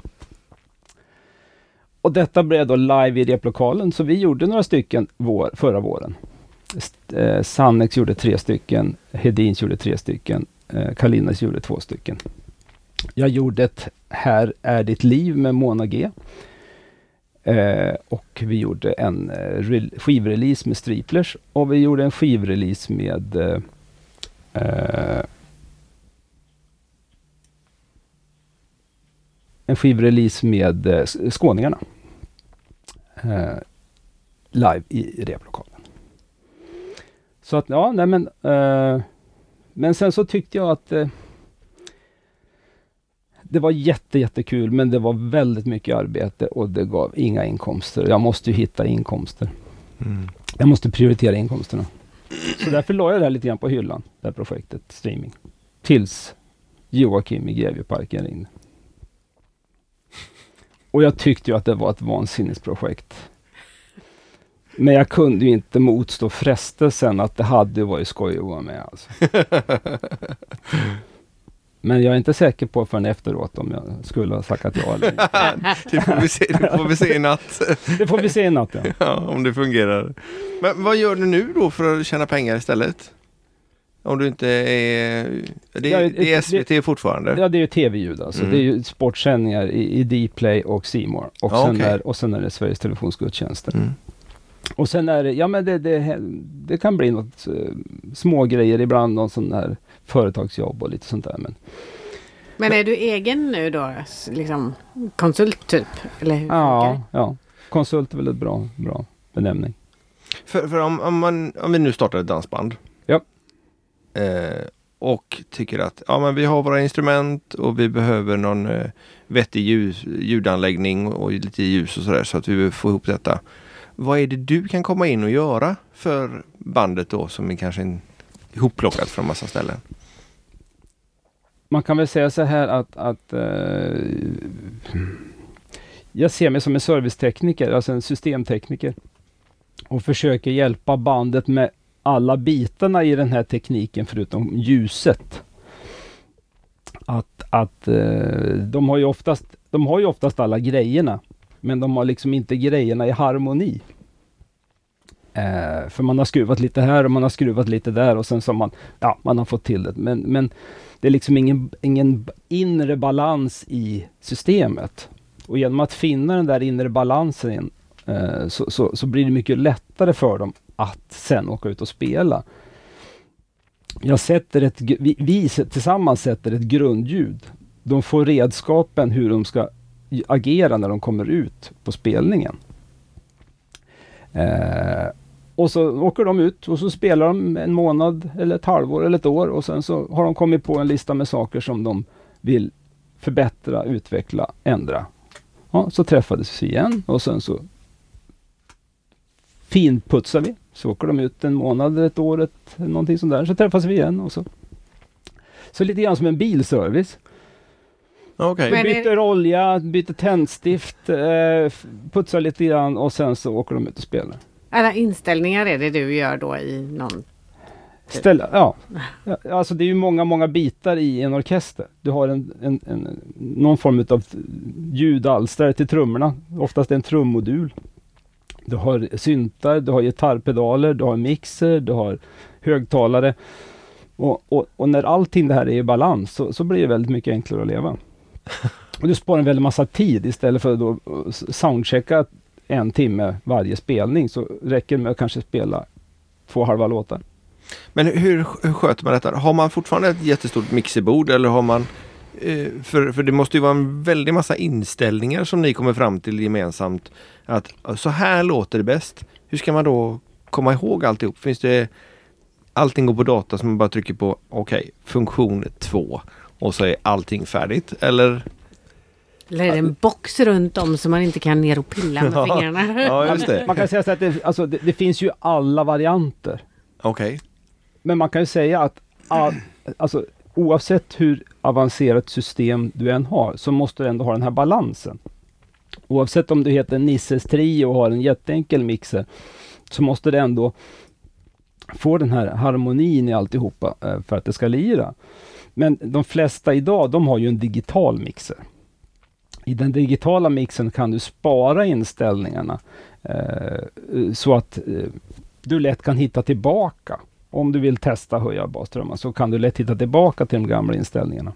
Och detta blev då live i replokalen. Så vi gjorde några stycken vår, förra våren. Eh, Sannex gjorde tre stycken. Hedins gjorde tre stycken. Eh, Kalinas gjorde två stycken. Jag gjorde ett Här är ditt liv med Mona G. Eh, och vi gjorde en eh, re- skivrelease med Striplers. Och vi gjorde en skivrelease med... Eh, eh, en skivrelease med eh, Skåningarna. Eh, live i replokalen. Så att, ja, nej men... Eh, men sen så tyckte jag att... Eh, det var jätte, jättekul, men det var väldigt mycket arbete och det gav inga inkomster. Jag måste ju hitta inkomster. Mm. Jag måste prioritera inkomsterna. Så därför la jag det här lite grann på hyllan, det här projektet, streaming. Tills Joakim i Grevieparken ringde. Och jag tyckte ju att det var ett vansinnesprojekt. Men jag kunde ju inte motstå frestelsen att det hade varit skoj att vara med. Alltså. Men jag är inte säker på förrän efteråt om jag skulle ha sagt att ja eller inte. det, får vi se, det får vi se i natt. Det får vi se i natt, ja. Ja, om det fungerar. Men vad gör du nu då för att tjäna pengar istället? Om du inte är... Det, ja, det är S V T det, fortfarande? Ja, det är ju tv-ljud. Alltså. Mm. Det är ju sportsändningar i, i Dplay och C More. Och, ja, sen okay. är, och sen är det Sveriges Televisionsgudstjänster. Mm. Och sen är det, ja men det, det, det kan bli något uh, små grejer ibland, någon sån här företagsjobb och lite sånt där. Men, men är du egen nu då? Liksom konsult typ? Eller hur ja, ja, konsult är väl ett bra, bra benämning. För, för om, om, man, om vi nu startar ett dansband. Ja. Eh, och tycker att ja, men vi har våra instrument och vi behöver någon eh, vettig ljus, ljudanläggning och lite ljus och sådär så att vi får ihop detta. Vad är det du kan komma in och göra för bandet då som är kanske en ihopplockat från massa ställen? Man kan väl säga så här att, att eh, jag ser mig som en servicetekniker, alltså en systemtekniker och försöker hjälpa bandet med alla bitarna i den här tekniken förutom ljuset. Att, att eh, de har ju oftast de har ju oftast alla grejerna. Men de har liksom inte grejerna i harmoni. Eh, för man har skruvat lite här och man har skruvat lite där och sen så man, ja, man har fått till det. Men, men det är liksom ingen, ingen inre balans i systemet. Och genom att finna den där inre balansen eh, så, så, så blir det mycket lättare för dem att sen åka ut och spela. Jag sätter ett, vi, vi tillsammans sätter ett grundljud. De får redskapen hur de ska agera när de kommer ut på spelningen. Eh, och så åker de ut och så spelar de en månad eller ett halvår eller ett år och sen så har de kommit på en lista med saker som de vill förbättra, utveckla, ändra. Ja, så träffades vi igen och sen så finputsar vi. Så åker de ut en månad, ett år, ett, någonting sånt där. Så träffas vi igen och så. Så lite grann som en bilservice. Okay. Men byter det... olja, byter tändstift, eh, putsar lite grann och sen så åker de ut och spelar. Alla inställningar är det du gör då i någon... Ställa, ja. ja. Alltså det är ju många, många bitar i en orkester. Du har en, en, en, någon form av ljudalstrare till trummorna. Oftast en trummodul. Du har syntar, du har gitarrpedaler, du har mixer, du har högtalare. Och, och, och när allting det här är i balans så, så blir det väldigt mycket enklare att leva. Och du sparar en väldigt massa tid istället för att då soundchecka en timme varje spelning, så räcker det med att kanske spela två halva låtar. Men hur, hur sköter man detta? Har man fortfarande ett jättestort mixerbord eller har man eh, för, för det måste ju vara en väldig massa inställningar som ni kommer fram till gemensamt att så här låter det bäst. Hur ska man då komma ihåg alltihop? Finns det allting går på data som man bara trycker på okej, okay, funktion två och så är allting färdigt eller? Eller är det en box runt om så man inte kan ner och pilla med fingrarna? Ja, just det. Man kan säga så att det, alltså, det, det finns ju alla varianter. Okej. Okay. Men man kan ju säga att all, alltså, oavsett hur avancerat system du än har så måste du ändå ha den här balansen. Oavsett om du heter Nisses Trio och har en jätteenkel mixer så måste det ändå få den här harmonin i alltihopa eh, för att det ska lira. Men de flesta idag, de har ju en digital mixer. I den digitala mixen kan du spara inställningarna eh, så att eh, du lätt kan hitta tillbaka. Om du vill testa höja basströmmar så kan du lätt hitta tillbaka till de gamla inställningarna.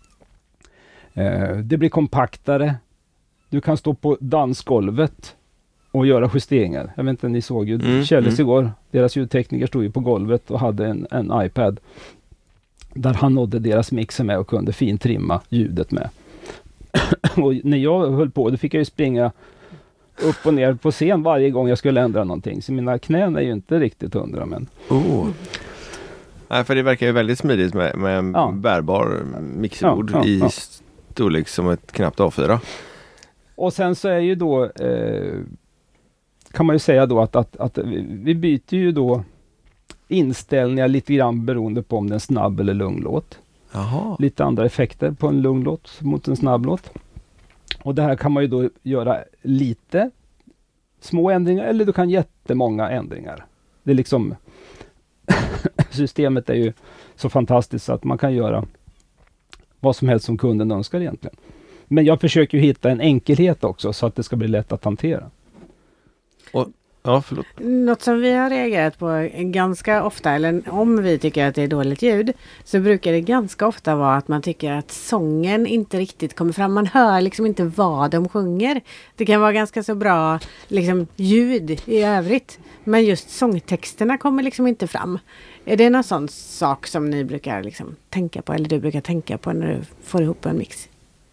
Eh, det blir kompaktare. Du kan stå på dansgolvet och göra justeringar. Jag vet inte, ni såg ju mm, Källes mm. igår. Deras ljudtekniker stod ju på golvet och hade en, en iPad där han nådde deras mixer med och kunde fint trimma ljudet med. Och när jag höll på, då fick jag ju springa upp och ner på scen varje gång jag skulle ändra någonting. Så mina knän är ju inte riktigt hundra, men... Oh. Nej, för det verkar ju väldigt smidigt med, med en ja. bärbar mixerbord ja, ja, i ja. storlek som ett knappt A fyra. Och sen så är ju då... Eh, kan man ju säga då att, att, att vi byter ju då inställningar lite grann beroende på om det är en snabb eller lugn låt. Jaha. Lite andra effekter på en lugn låt mot en snabb låt. Och det här kan man ju då göra lite små ändringar eller du kan jättemånga ändringar. Det är liksom systemet är ju så fantastiskt så att man kan göra vad som helst som kunden önskar egentligen. Men jag försöker ju hitta en enkelhet också så att det ska bli lätt att hantera. Och ja, förlåt. Något som vi har reagerat på ganska ofta, eller om vi tycker att det är dåligt ljud, så brukar det ganska ofta vara att man tycker att sången inte riktigt kommer fram. Man hör liksom inte vad de sjunger. Det kan vara ganska så bra liksom, ljud i övrigt, men just sångtexterna kommer liksom inte fram. Är det någon sån sak som ni brukar liksom tänka på, eller du brukar tänka på när du får ihop en mix?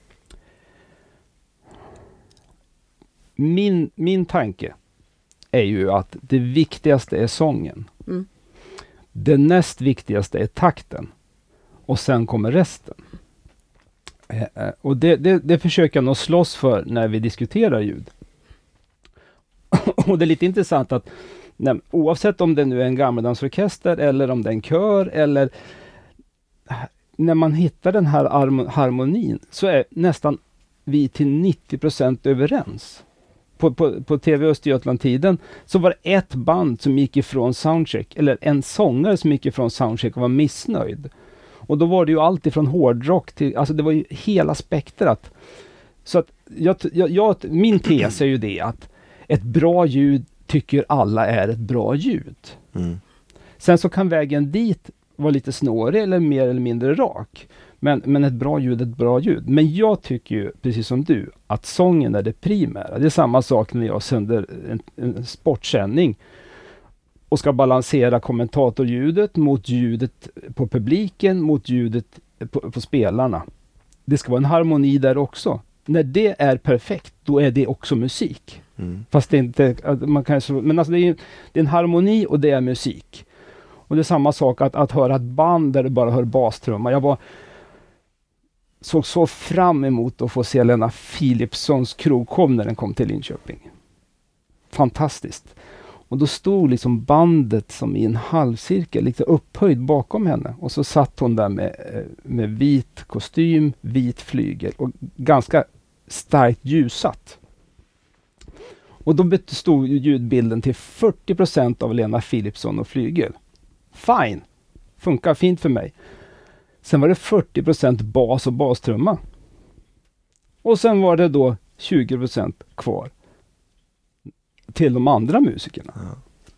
Min, min tanke är ju att det viktigaste är sången. Mm. Det näst viktigaste är takten. Och sen kommer resten. Eh, och det, det, det försöker jag nog slåss för när vi diskuterar ljud. Och det är lite intressant att när, oavsett om det nu är en gammeldansorkester eller om det är en kör eller när man hittar den här harmonin så är nästan vi till nittio procent överens. På, på, på T V Östergötland-tiden så var det ett band som gick ifrån soundcheck, eller en sångare som gick ifrån soundcheck och var missnöjd. Och då var det ju allt ifrån hårdrock till, alltså det var ju hela spektrat. Så att jag, jag, jag, min tes är ju det att ett bra ljud tycker alla är ett bra ljud. Mm. Sen så kan vägen dit vara lite snårig eller mer eller mindre rak. Men, men ett bra ljud är ett bra ljud. Men jag tycker ju, precis som du, att sången är det primära. Det är samma sak när jag sänder en, en sportsändning och ska balansera kommentatorljudet mot ljudet på publiken, mot ljudet på, på spelarna. Det ska vara en harmoni där också. När det är perfekt, då är det också musik. Mm. Fast det är inte, man kan, men alltså det är, det är en harmoni och det är musik. Och det är samma sak att, att höra ett band där du bara hör bastrumma. Jag var såg så fram emot att få se Lena Philipssons krogshow när den kom till Linköping. Fantastiskt. Och då stod liksom bandet som i en halvcirkel lite upphöjd bakom henne. Och så satt hon där med, med vit kostym, vit flygel och ganska starkt ljusat. Och då bestod ljudbilden till fyrtio procent av Lena Philipsson och flygel. Fine. Funkar fint för mig. Sen var det fyrtio procent bas och bastrumma. Och sen var det då tjugo procent kvar. till de andra musikerna. Ja.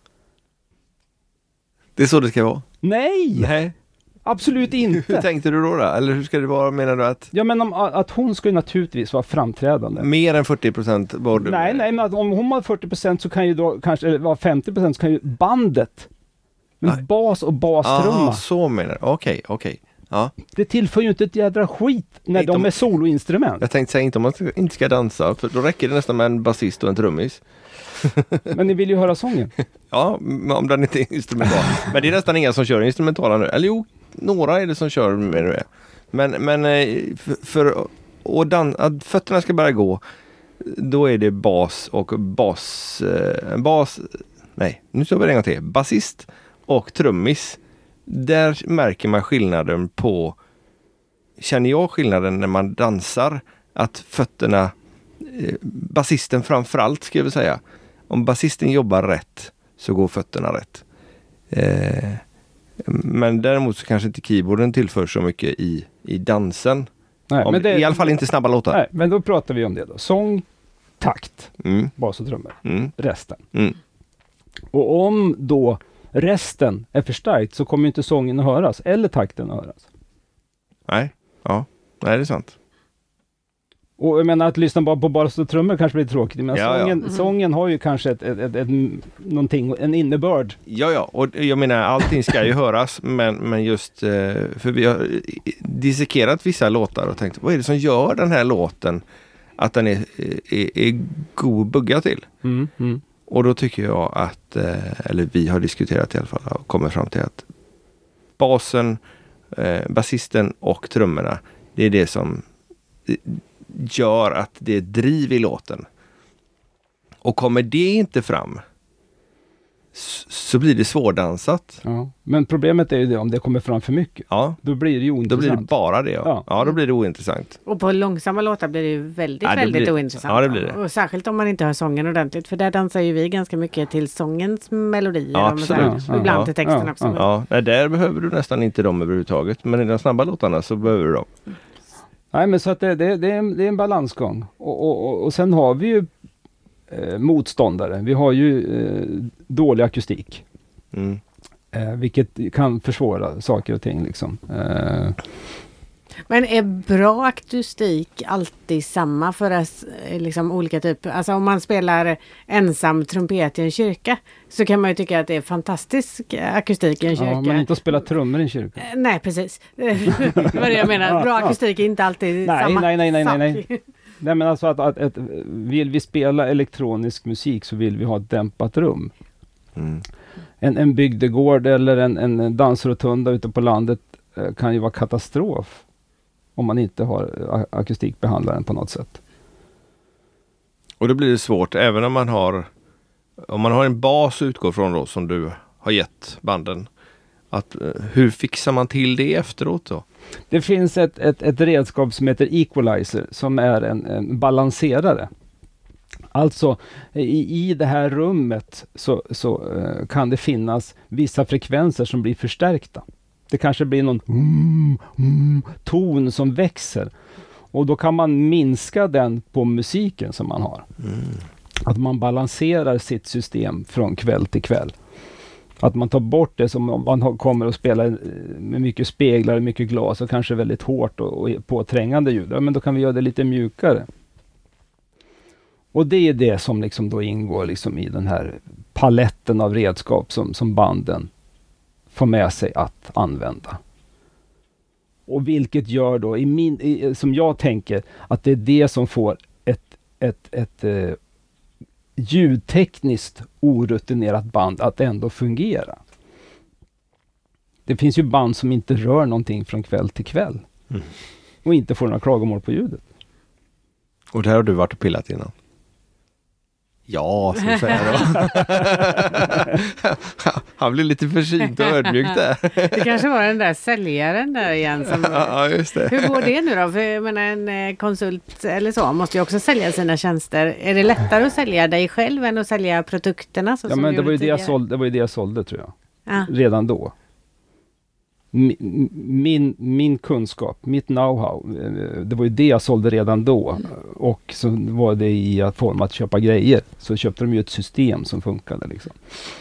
Det är så det ska vara? Nej! Nej. Absolut inte. Hur tänkte du då, då? Eller hur ska det vara, menar du att? Ja, men om, att hon ska ju naturligtvis vara framträdande. Mer än fyrtio procent var du? Nej, nej, men att om hon har fyrtio procent så kan ju då kanske, eller var femtio procent så kan ju bandet med nej. bas och bastrumma. Ja, så menar du. Okej, okej. Ja. Det tillför ju inte ett jädra skit när Inte de om- är soloinstrument. Jag tänkte säga inte om man ska- inte ska dansa, för då räcker det nästan med en basist och en trummis. Men ni vill ju höra sången. Ja, m- om den inte är instrumental. Men det är nästan inga som kör instrumentala nu. Eller jo, några är det som kör med det. Men, men eh, för, för och dan- att fötterna ska börja gå, då är det bas och bas, eh, bas, nej, nu tar vi det en gång till. Basist och trummis. Där märker man skillnaden på, känner jag skillnaden när man dansar, att fötterna, eh, basisten framförallt ska jag väl säga, om basisten jobbar rätt så går fötterna rätt. Eh, men däremot så kanske inte keyboarden tillför så mycket i, i dansen. Nej, Om, men det, I alla fall inte snabba låtar. Nej, men då pratar vi om det då. Sång, takt, Mm, bas och trummor. mm, Resten. mm. Och om då resten är förstärkt så kommer inte sången att höras eller takten att höras. Nej, ja, nej det är sant. Och jag menar att lyssna bara på bas och trummor kanske blir tråkigt, men Ja, ja. sången, Mm. sången har ju kanske ett, ett, ett, ett, någonting, en innebörd. Ja, ja, och jag menar allting ska ju höras, men, men just eh, för vi har dissekerat vissa låtar och tänkt, vad är det som gör den här låten att den är, är, är god att bugga till? Mm, mm. Och då tycker jag att, eh, eller vi har diskuterat i alla fall och kommit fram till att basen, eh, basisten och trummorna, det är det som gör att det är driv i låten. Och kommer det inte fram s- så blir det svårdansat. Ja. Men problemet är ju det om det kommer fram för mycket. Ja, Då blir det ju då ointressant. blir det bara det. Ja, Ja. ja då blir det ointressant. Och på långsamma låtar blir det ju väldigt, Ja, det väldigt blir- ointressant. ja, det blir det. Och särskilt om man inte hör sången ordentligt. För där dansar ju vi ganska mycket till sångens melodier. Ja, om man säger. absolut. Och ibland Ja, till texten ja, också. ja. Ja, nej, där behöver du nästan inte dem överhuvudtaget. Men i de snabba låtarna så behöver du dem. Nej, men så att det, det, det, är, en, det är en balansgång. Och, och, och, och sen har vi ju eh, motståndare. Vi har ju eh, dålig akustik. Mm. Eh, vilket kan försvåra saker och ting liksom. Eh, Men är bra akustik alltid samma för oss, eh, liksom olika typer? Alltså om man spelar ensam trumpet i en kyrka så kan man ju tycka att det är fantastisk akustik i en kyrka. ja, men inte att spela trummor i en kyrka. Eh, Nej, precis. Det var det jag menar. Bra akustik är inte alltid Nej, samma nej, nej, nej, sak. nej, nej. Nej, men alltså att, att, att vill vi spela elektronisk musik så vill vi ha ett dämpat rum. Mm. En, en bygdegård eller en, en dansrotunda ute på landet eh, kan ju vara katastrof om man inte har a- akustikbehandlaren på något sätt. Och då blir det svårt, även om man har om man har en bas att utgå från då, som du har gett banden. Att, eh, hur fixar man till det efteråt då? Det finns ett, ett, ett redskap som heter equalizer som är en, en balanserare. Alltså i, i det här rummet så, så eh, kan det finnas vissa frekvenser som blir förstärkta. Det kanske blir någon mm, mm, ton som växer. Och då kan man minska den på musiken som man har. Mm. Att man balanserar sitt system från kväll till kväll. Att man tar bort det som om man har, kommer att spela eh, med mycket speglar och mycket glas och kanske väldigt hårt och, och påträngande ljud. Ja, men då kan vi göra det lite mjukare. Och det är det som liksom då ingår liksom i den här paletten av redskap som, som banden får med sig att använda. Och vilket gör då, i min, i, som jag tänker, att det är det som får ett, ett, ett eh, ljudtekniskt orutinerat band att ändå fungera. Det finns ju band som inte rör någonting från kväll till kväll. Mm. Och inte får några klagomål på ljudet. Och där har du varit och pillat innan? Ja, så att säga då. Han blir lite försynt och ödmjuk där. Det kanske var den där säljaren där igen. Som, Ja, just det. hur går det nu då? För jag menar, en eh, konsult eller så måste ju också sälja sina tjänster. Är det lättare att sälja dig själv än att sälja produkterna? Så Ja, som men du det var, ju gjorde det, jag tidigare? sålde, det var ju det jag sålde tror jag. Ja. Redan då. min, min, min kunskap, mitt know-how, det var ju det jag sålde redan då. Mm. Och så var det i form att köpa grejer. Så köpte de ju ett system som funkade liksom.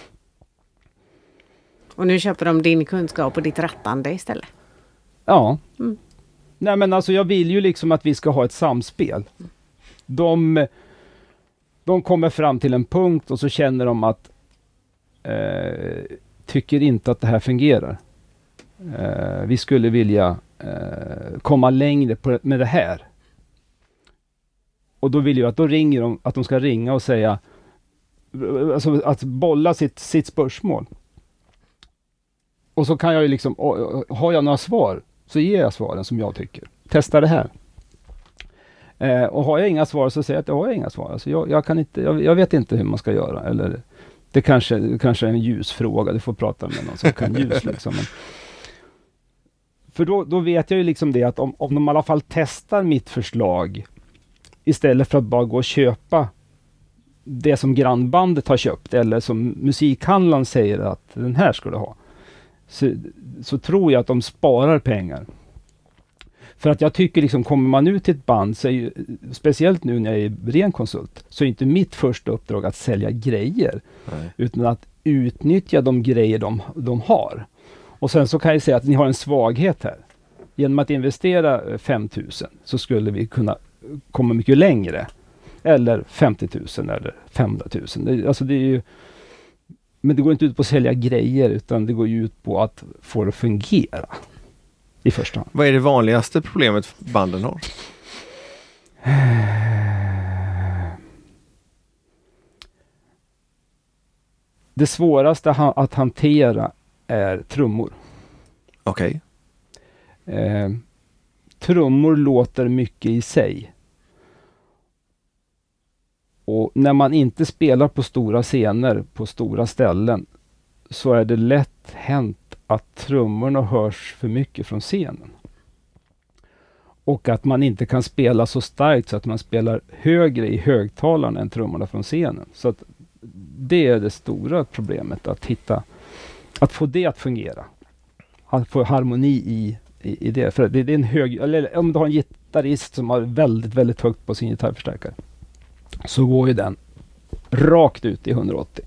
Och nu köper de din kunskap och ditt rattande istället? Ja. Mm. Nej men alltså jag vill ju liksom att vi ska ha ett samspel. De, de kommer fram till en punkt och så känner de att eh, tycker inte att det här fungerar. Eh, vi skulle vilja eh, komma längre på, med det här. Och då vill jag att då ringer de, att de ska ringa och säga, alltså att bolla sitt, sitt spörsmål. Och så kan jag ju liksom, har jag några svar så ger jag svaren som jag tycker. Testa det här. Eh, och har jag inga svar så säger jag att jag har inga svar. Alltså jag, jag, kan inte, jag, jag vet inte hur man ska göra. Eller det kanske, det kanske är en ljusfråga. Du får prata med någon som kan ljus. Liksom. Men, för då, då vet jag ju liksom det att om, om de i alla fall testar mitt förslag istället för att bara gå och köpa det som grannbandet har köpt eller som musikhandlaren säger att den här ska du ha. Så, så tror jag att de sparar pengar. För att jag tycker liksom, kommer man ut till ett band, så är ju, speciellt nu när jag är ren konsult, så är inte mitt första uppdrag att sälja grejer. Nej. Utan att utnyttja de grejer de, de har. Och sen så kan jag säga att ni har en svaghet här. Genom att investera fem tusen så skulle vi kunna komma mycket längre. Eller femtio tusen eller femhundra tusen. Det, alltså det är ju, men det går inte ut på att sälja grejer utan det går ju ut på att få det att fungera. I första hand. Vad är det vanligaste problemet banden har? Det svåraste ha- att hantera är trummor. Okej. Okay. Eh, trummor låter mycket i sig. Och när man inte spelar på stora scener, på stora ställen, så är det lätt hänt att trummorna hörs för mycket från scenen. Och att man inte kan spela så starkt så att man spelar högre i högtalarna än trummorna från scenen. Så att det är det stora problemet, att hitta, att få det att fungera. Att få harmoni i, i, i det. För det, det är en hög, eller om du har en gitarrist som har väldigt, väldigt högt på sin gitarrförstärkare, så går ju den rakt ut i hundraåttio.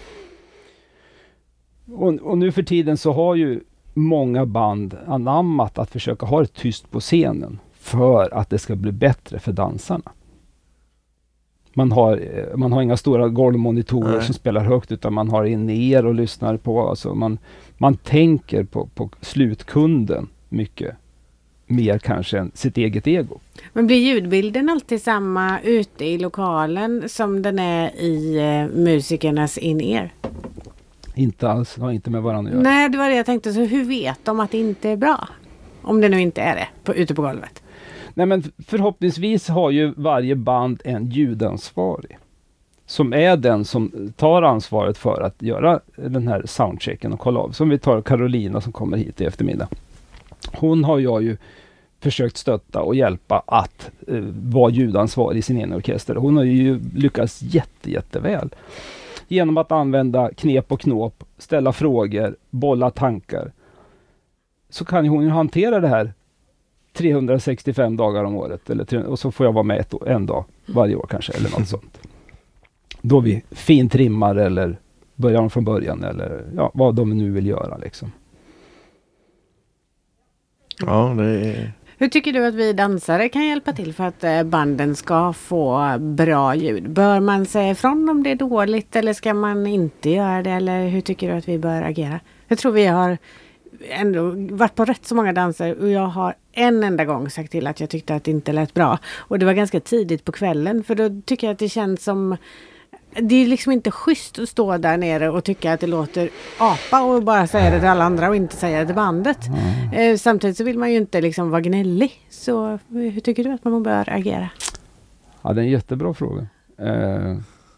Och, och nu för tiden så har ju många band anammat att försöka ha det tyst på scenen för att det ska bli bättre för dansarna. Man har, man har inga stora golvmonitorer Nej. som spelar högt, utan man har in ner och lyssnar på. Alltså man, man tänker på, på slutkunden mycket mer kanske än sitt eget ego. Men blir ljudbilden alltid samma ute i lokalen som den är i eh, musikernas in-ear? Inte alls, det har inte med varandra att göra. Nej, det var det jag tänkte. Så hur vet de att det inte är bra? Om det nu inte är det, på, ute på golvet. Nej, men förhoppningsvis har ju varje band en ljudansvarig. Som är den som tar ansvaret för att göra den här soundchecken och kolla av. Som vi tar Carolina som kommer hit i eftermiddag. Hon har jag ju försökt stötta och hjälpa att eh, vara ljudansvarig i sin egen orkester. Hon har ju lyckats jätte, jätteväl. Genom att använda knep och knåp, ställa frågor, bolla tankar. Så kan hon ju hantera det här trehundrasextiofem dagar om året. Eller, och så får jag vara med ett, en dag varje år kanske, eller något sånt. Då vi fintrimmar eller börjar om från början, eller ja, vad de nu vill göra liksom. Ja, det är... Hur tycker du att vi dansare kan hjälpa till för att banden ska få bra ljud? Bör man säga ifrån om det är dåligt, eller ska man inte göra det? Eller hur tycker du att vi bör agera? Jag tror vi har ändå varit på rätt så många danser, och jag har en enda gång sagt till att jag tyckte att det inte lät bra. Och det var ganska tidigt på kvällen, för då tycker jag att det känns som... Det är liksom inte schysst att stå där nere och tycka att det låter apa och bara säga det till alla andra och inte säga det till bandet. Mm. Eh, samtidigt så vill man ju inte liksom vara gnällig. Så hur tycker du att man bör agera? Ja, det är en jättebra fråga. Eh,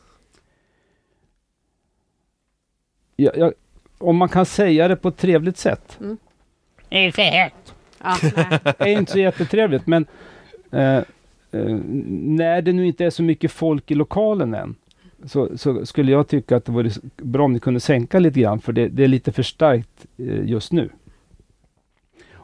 jag, jag, om man kan säga det på ett trevligt sätt. Mm. Det är för högt. Ja, det är inte så jättetrevligt, men eh, eh, när det nu inte är så mycket folk i lokalen än, Så, så skulle jag tycka att det vore bra om ni kunde sänka lite grann, för det, det är lite för starkt eh, just nu.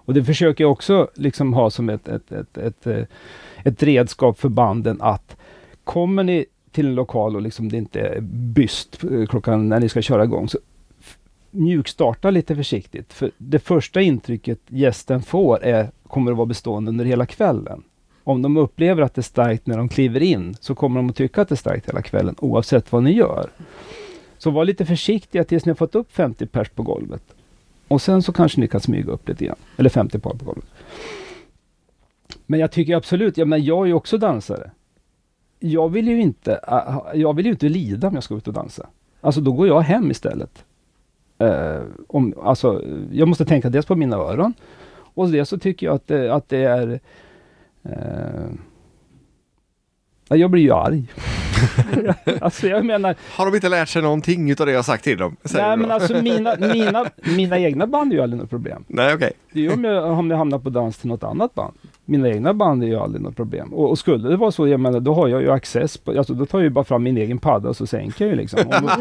Och det försöker jag också liksom ha som ett, ett, ett, ett, ett, ett redskap för banden att kommer ni till en lokal och liksom det inte är byst klockan när ni ska köra igång, så mjukstarta lite försiktigt. För det första intrycket gästen får är, kommer att vara bestående under hela kvällen. Om de upplever att det är starkt när de kliver in, så kommer de att tycka att det är starkt hela kvällen oavsett vad ni gör. Så var lite försiktiga tills ni har fått upp femtio pers på golvet. Och sen så kanske ni kan smyga upp lite grann. Eller femtio par på golvet. Men jag tycker absolut, ja, men jag är ju också dansare. Jag vill ju inte, jag vill ju inte lida om jag ska ut och dansa. Alltså då går jag hem istället. Uh, om, alltså, jag måste tänka dels på mina öron. Och det så tycker jag att det, att det är... Uh, jag blir ju arg. Alltså jag menar... Har de inte lärt sig någonting utav det jag sagt till dem? Nej, men alltså mina, mina, mina egna band är ju aldrig något problem. Nej, okej. Okay. Det är ju om jag, om jag hamnar på dans till något annat band. Mina egna band är ju aldrig något problem. Och, och skulle det vara så, jag menar, då har jag ju access på, alltså då tar jag ju bara fram min egen padda och så sänker jag ju liksom.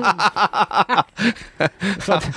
Så att,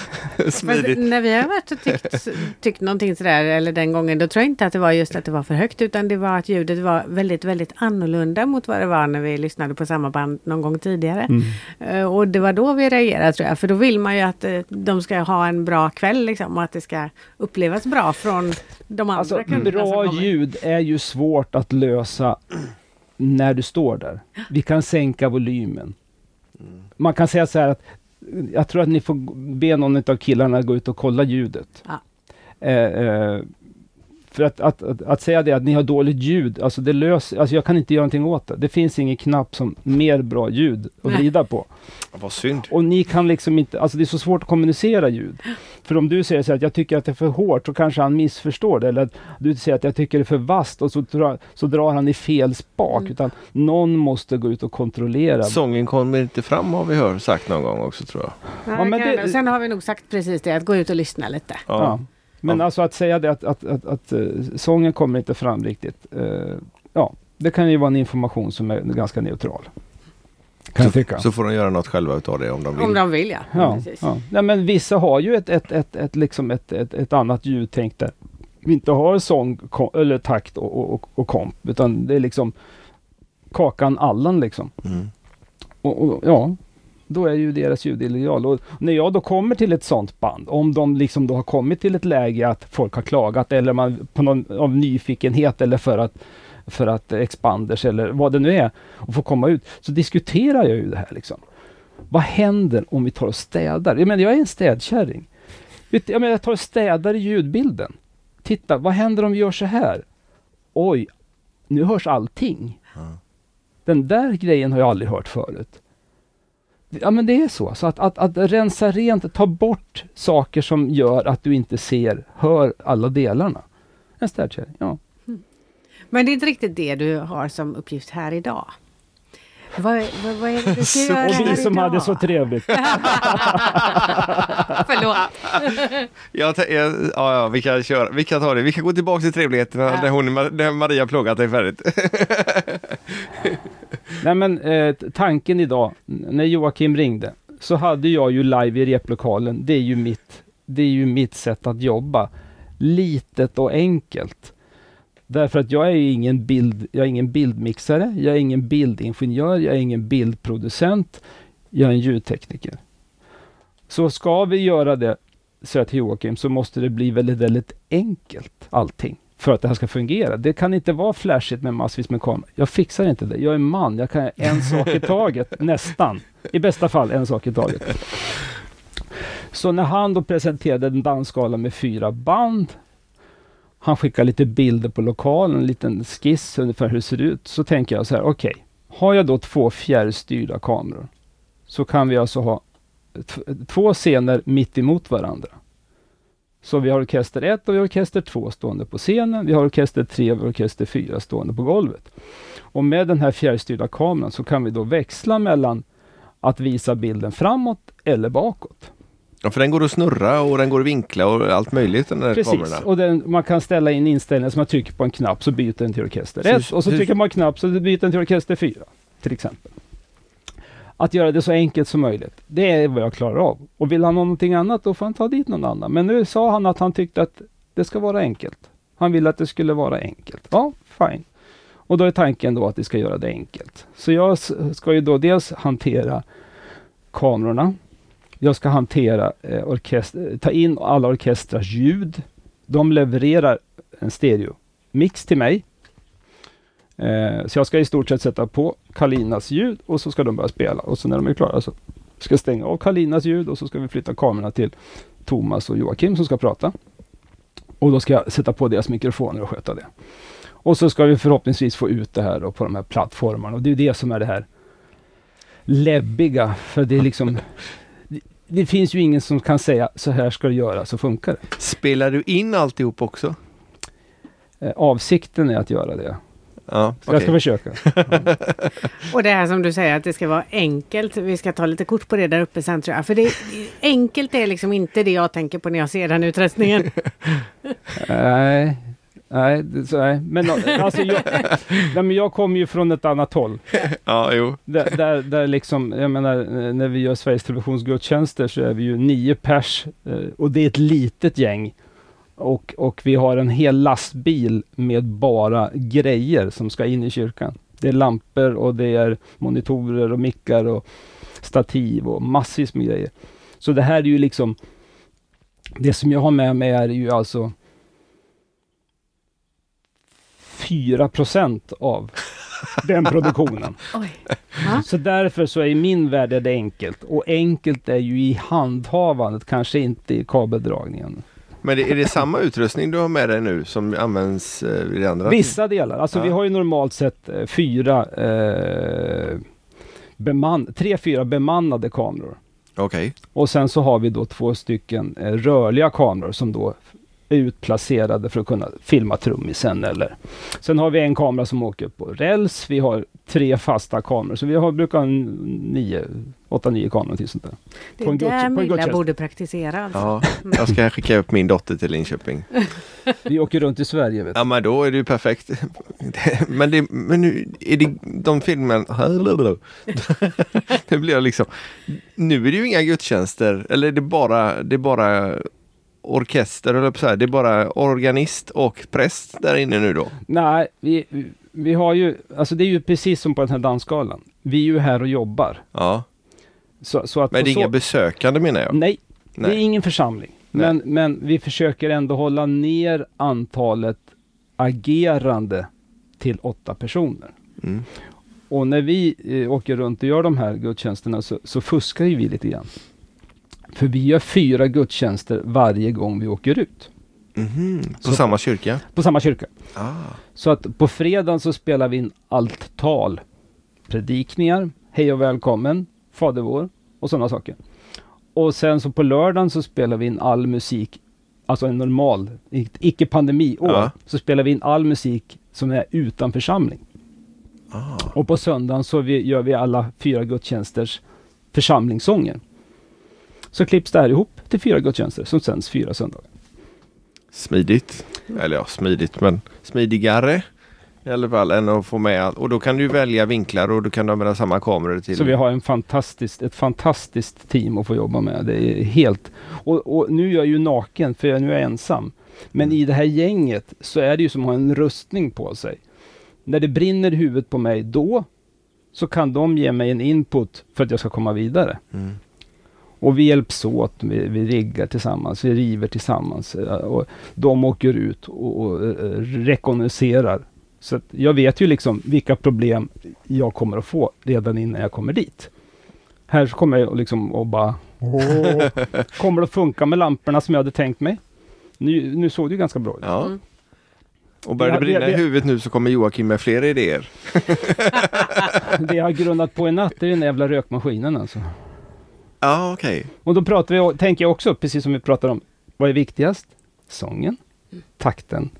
när vi har varit och tyckt, tyckt någonting sådär, eller den gången, då tror jag inte att det var just att det var för högt, utan det var att ljudet var väldigt, väldigt annorlunda mot vad det var när vi lyssnade på samma band någon gång tidigare. Mm. Uh, och det var då vi reagerade, tror jag. För då vill man ju att uh, de ska ha en bra kväll liksom, och att det ska upplevas bra från de andra alltså, kunderna. Bra ljud är ju svårt att lösa när du står där. Vi kan sänka volymen. Mm. Man kan säga så här att jag tror att ni får be någon av killarna gå ut och kolla ljudet. Ja. Eh, eh, för att, att, att, att säga det att ni har dåligt ljud, alltså det löser, alltså jag kan inte göra någonting åt det. Det finns ingen knapp som mer bra ljud att vrida på. Vad synd. Och ni kan liksom inte, alltså det är så svårt att kommunicera ljud. För om du säger så att jag tycker att det är för hårt, så kanske han missförstår det. Eller att du säger att jag tycker det är för vasst, och så, dra, så drar han i fel spak. Mm. Utan någon måste gå ut och kontrollera. Sången kommer inte fram, har vi hört sagt någon gång också, tror jag. Ja, men det, sen har vi nog sagt precis det, att gå ut och lyssna lite. Ja. Ja. Men ja. Alltså att säga det att, att, att, att, att sången kommer inte fram riktigt. Uh, ja, det kan ju vara en information som är ganska neutral. Kan jag tycka. Så får de göra något själva utav det om de vill. Om de vill, ja. Ja, ja. Nej, men vissa har ju ett, ett, ett, ett, liksom ett, ett, ett annat ljudtänk där vi inte har sång kom, eller takt och, och, och komp, utan det är liksom kakan allan liksom. Mm. Och, och ja, då är ju deras ljud ideal. Och när jag då kommer till ett sånt band, om de liksom då har kommit till ett läge att folk har klagat, eller man på någon av nyfikenhet, eller för att för att expanders eller vad det nu är, och få komma ut, så diskuterar jag ju det här liksom. Vad händer om vi tar och städar? Jag menar, jag är en städkärring. Jag menar, jag tar och städar i ljudbilden. Titta, vad händer om vi gör så här? Oj, nu hörs allting. Mm. Den där grejen har jag aldrig hört förut. Ja, men det är så. Så att, att, att rensa rent, ta bort saker som gör att du inte ser, hör alla delarna. En städkärring, ja. Men det är inte riktigt det du har som uppgift här idag. Vad, vad, vad är det du ska göra här Och vi som idag? hade så trevligt. Förlåt. jag, jag, ja, ja, vi kan köra. Vi kan ta det. Vi kan gå tillbaka till trevligheterna ja. när, hon, när Maria plågat dig färdigt. Nej, men eh, tanken idag, när Joakim ringde, så hade jag ju live i replokalen. Det är ju mitt, det är ju mitt sätt att jobba. Litet och enkelt. Därför att jag är ingen bild, jag är ingen bildmixare, jag är ingen bildingenjör, jag är ingen bildproducent, jag är en ljudtekniker. Så ska vi göra det, så till Joakim, så måste det bli väldigt, väldigt enkelt allting för att det här ska fungera. Det kan inte vara flashigt med massvis med kameror. Jag fixar inte det. Jag är man, jag kan en sak i taget, nästan. I bästa fall en sak i taget. Så när han då presenterade en dansskala med fyra band, han skickar lite bilder på lokalen, en liten skiss ungefär hur det ser ut. Så tänker jag så här, okej. Okay, har jag då två fjärrstyrda kameror, så kan vi alltså ha t- två scener mitt emot varandra. Så vi har orkester ett och vi har orkester två stående på scenen. Vi har orkester tre och orkester fyra stående på golvet. Och med den här fjärrstyrda kameran så kan vi då växla mellan att visa bilden framåt eller bakåt. Ja, för den går att snurra och den går att vinkla och allt möjligt, den där Precis, kamerorna. Och den, man kan ställa in inställningar som man trycker på en knapp, så byter den till orkester ett, och så trycker man en knapp så byter den till orkester fyra, till exempel. Att göra det så enkelt som möjligt, det är vad jag klarar av. Och vill han ha någonting annat, då får han ta dit någon annan. Men nu sa han att han tyckte att Det ska vara enkelt. Han vill att det skulle vara enkelt. Ja, fine. Och då är tanken då att vi ska göra det enkelt. Så jag ska ju då dels hantera kamerorna. Jag ska hantera eh, orkester, ta in alla orkestrars ljud. De levererar en stereo mix till mig. Eh, så jag ska i stort sett sätta på Kalinas ljud och så ska de börja spela. Och så när de är klara så ska jag stänga av Kalinas ljud och så ska vi flytta kamerorna till Thomas och Joakim som ska prata. Och då ska jag sätta på deras mikrofoner och sköta det. Och så ska vi förhoppningsvis få ut det här då på de här plattformarna. Och det är det som är det här läbbiga. För det är liksom... Det, det finns ju ingen som kan säga så här ska du göra, så funkar det. Spelar du in alltihop också? Eh, avsikten är att göra det. Ja, så okay. Jag ska försöka. Ja. Och det här som du säger att det ska vara enkelt. Vi ska ta lite kort på det där uppe sen tror jag. För det, enkelt är liksom inte det jag tänker på när jag ser den utrustningen. Nej, nej, det, nej. Men, alltså, jag, nej, men jag kommer ju från ett annat håll. Ja, jo. Där, där, där liksom, jag menar, när vi gör Sveriges Televisions gudstjänster så är vi ju nio pers. Och det är ett litet gäng. Och, och vi har en hel lastbil med bara grejer som ska in i kyrkan. Det är lampor och det är monitorer och mickar och stativ och massvis med grejer. Så det här är ju liksom, det som jag har med mig är ju alltså fyra procent av den produktionen. Oj. Så därför så är i min värld är det enkelt. Och enkelt är ju i handhavandet, kanske inte i kabeldragningen. Men är det samma utrustning du har med dig nu som används eh, i det andra? Vissa delar. Alltså ja. Vi har ju normalt sett eh, fyra eh, beman- tre, fyra bemannade kameror. Okej. Okay. Och sen så har vi då två stycken eh, rörliga kameror som då är utplacerade för att kunna filma trummisen eller. Sen har vi en kamera som åker på räls. Vi har tre fasta kameror. Så vi har brukar nio, åtta, nio kameror till sånt där. Det är där Milla borde praktisera alltså. Ja, jag ska skicka upp min dotter till Linköping. Vi åker runt i Sverige vet du. Ja, men då är det ju perfekt. Men, det, men nu är det de filmen det blir liksom nu är det ju inga gudstjänster eller det är bara det är bara orkester eller så här, det är bara organist och präst där inne nu då. Nej, vi vi har ju alltså det är ju precis som på den här dansskalan. Vi är ju här och jobbar. Ja. Så, så att men det är så, inga besökande menar jag. Nej, nej. Det är ingen församling. Men, men vi försöker ändå hålla ner antalet agerande till åtta personer. Mm. Och när vi eh, åker runt och gör de här gudstjänsterna så, så fuskar ju vi lite grann. För vi gör fyra gudstjänster varje gång vi åker ut. Mm-hmm. På så, samma kyrka? På samma kyrka. Ah. Så att på fredagen så spelar vi in allt tal. Predikningar, hej och välkommen, Fader vår och sådana saker. Och sen så på lördagen så spelar vi in all musik, alltså en normal, icke-pandemi-år, ja. Så spelar vi in all musik som är utan församling. Ah. Och på söndagen så vi, gör vi alla fyra gudstjänsters församlingssånger. Så klipps det här ihop till fyra gudstjänster som sänds fyra söndagar. Smidigt. Eller ja, smidigt, men smidigare i alla fall än att få med allt. Och då kan du välja vinklar och du kan använda samma kameror till. Så vi har en fantastiskt, ett fantastiskt team att få jobba med. Det är helt... Och, och nu är jag ju naken för jag nu är jag ensam. Men mm. i det här gänget så är det ju som att ha en rustning på sig. När det brinner i huvudet på mig då så kan de ge mig en input för att jag ska komma vidare. Mm. Och vi hjälps åt, vi, vi riggar tillsammans, vi river tillsammans. Och de åker ut och, och rekognoserar. Så att jag vet ju liksom vilka problem jag kommer att få redan innan jag kommer dit. Här så kommer jag liksom och bara... Åh, kommer det att funka med lamporna som jag hade tänkt mig? Nu, nu såg det ju ganska bra ut. Ja. Och börjar det brinna i huvudet nu så kommer Joakim med fler idéer. Det jag har grundat på i natt är den jävla rökmaskinen alltså. Ja, okej. Okay. Och då pratar vi, tänker jag också, precis som vi pratar om, vad är viktigast? Sången, takten,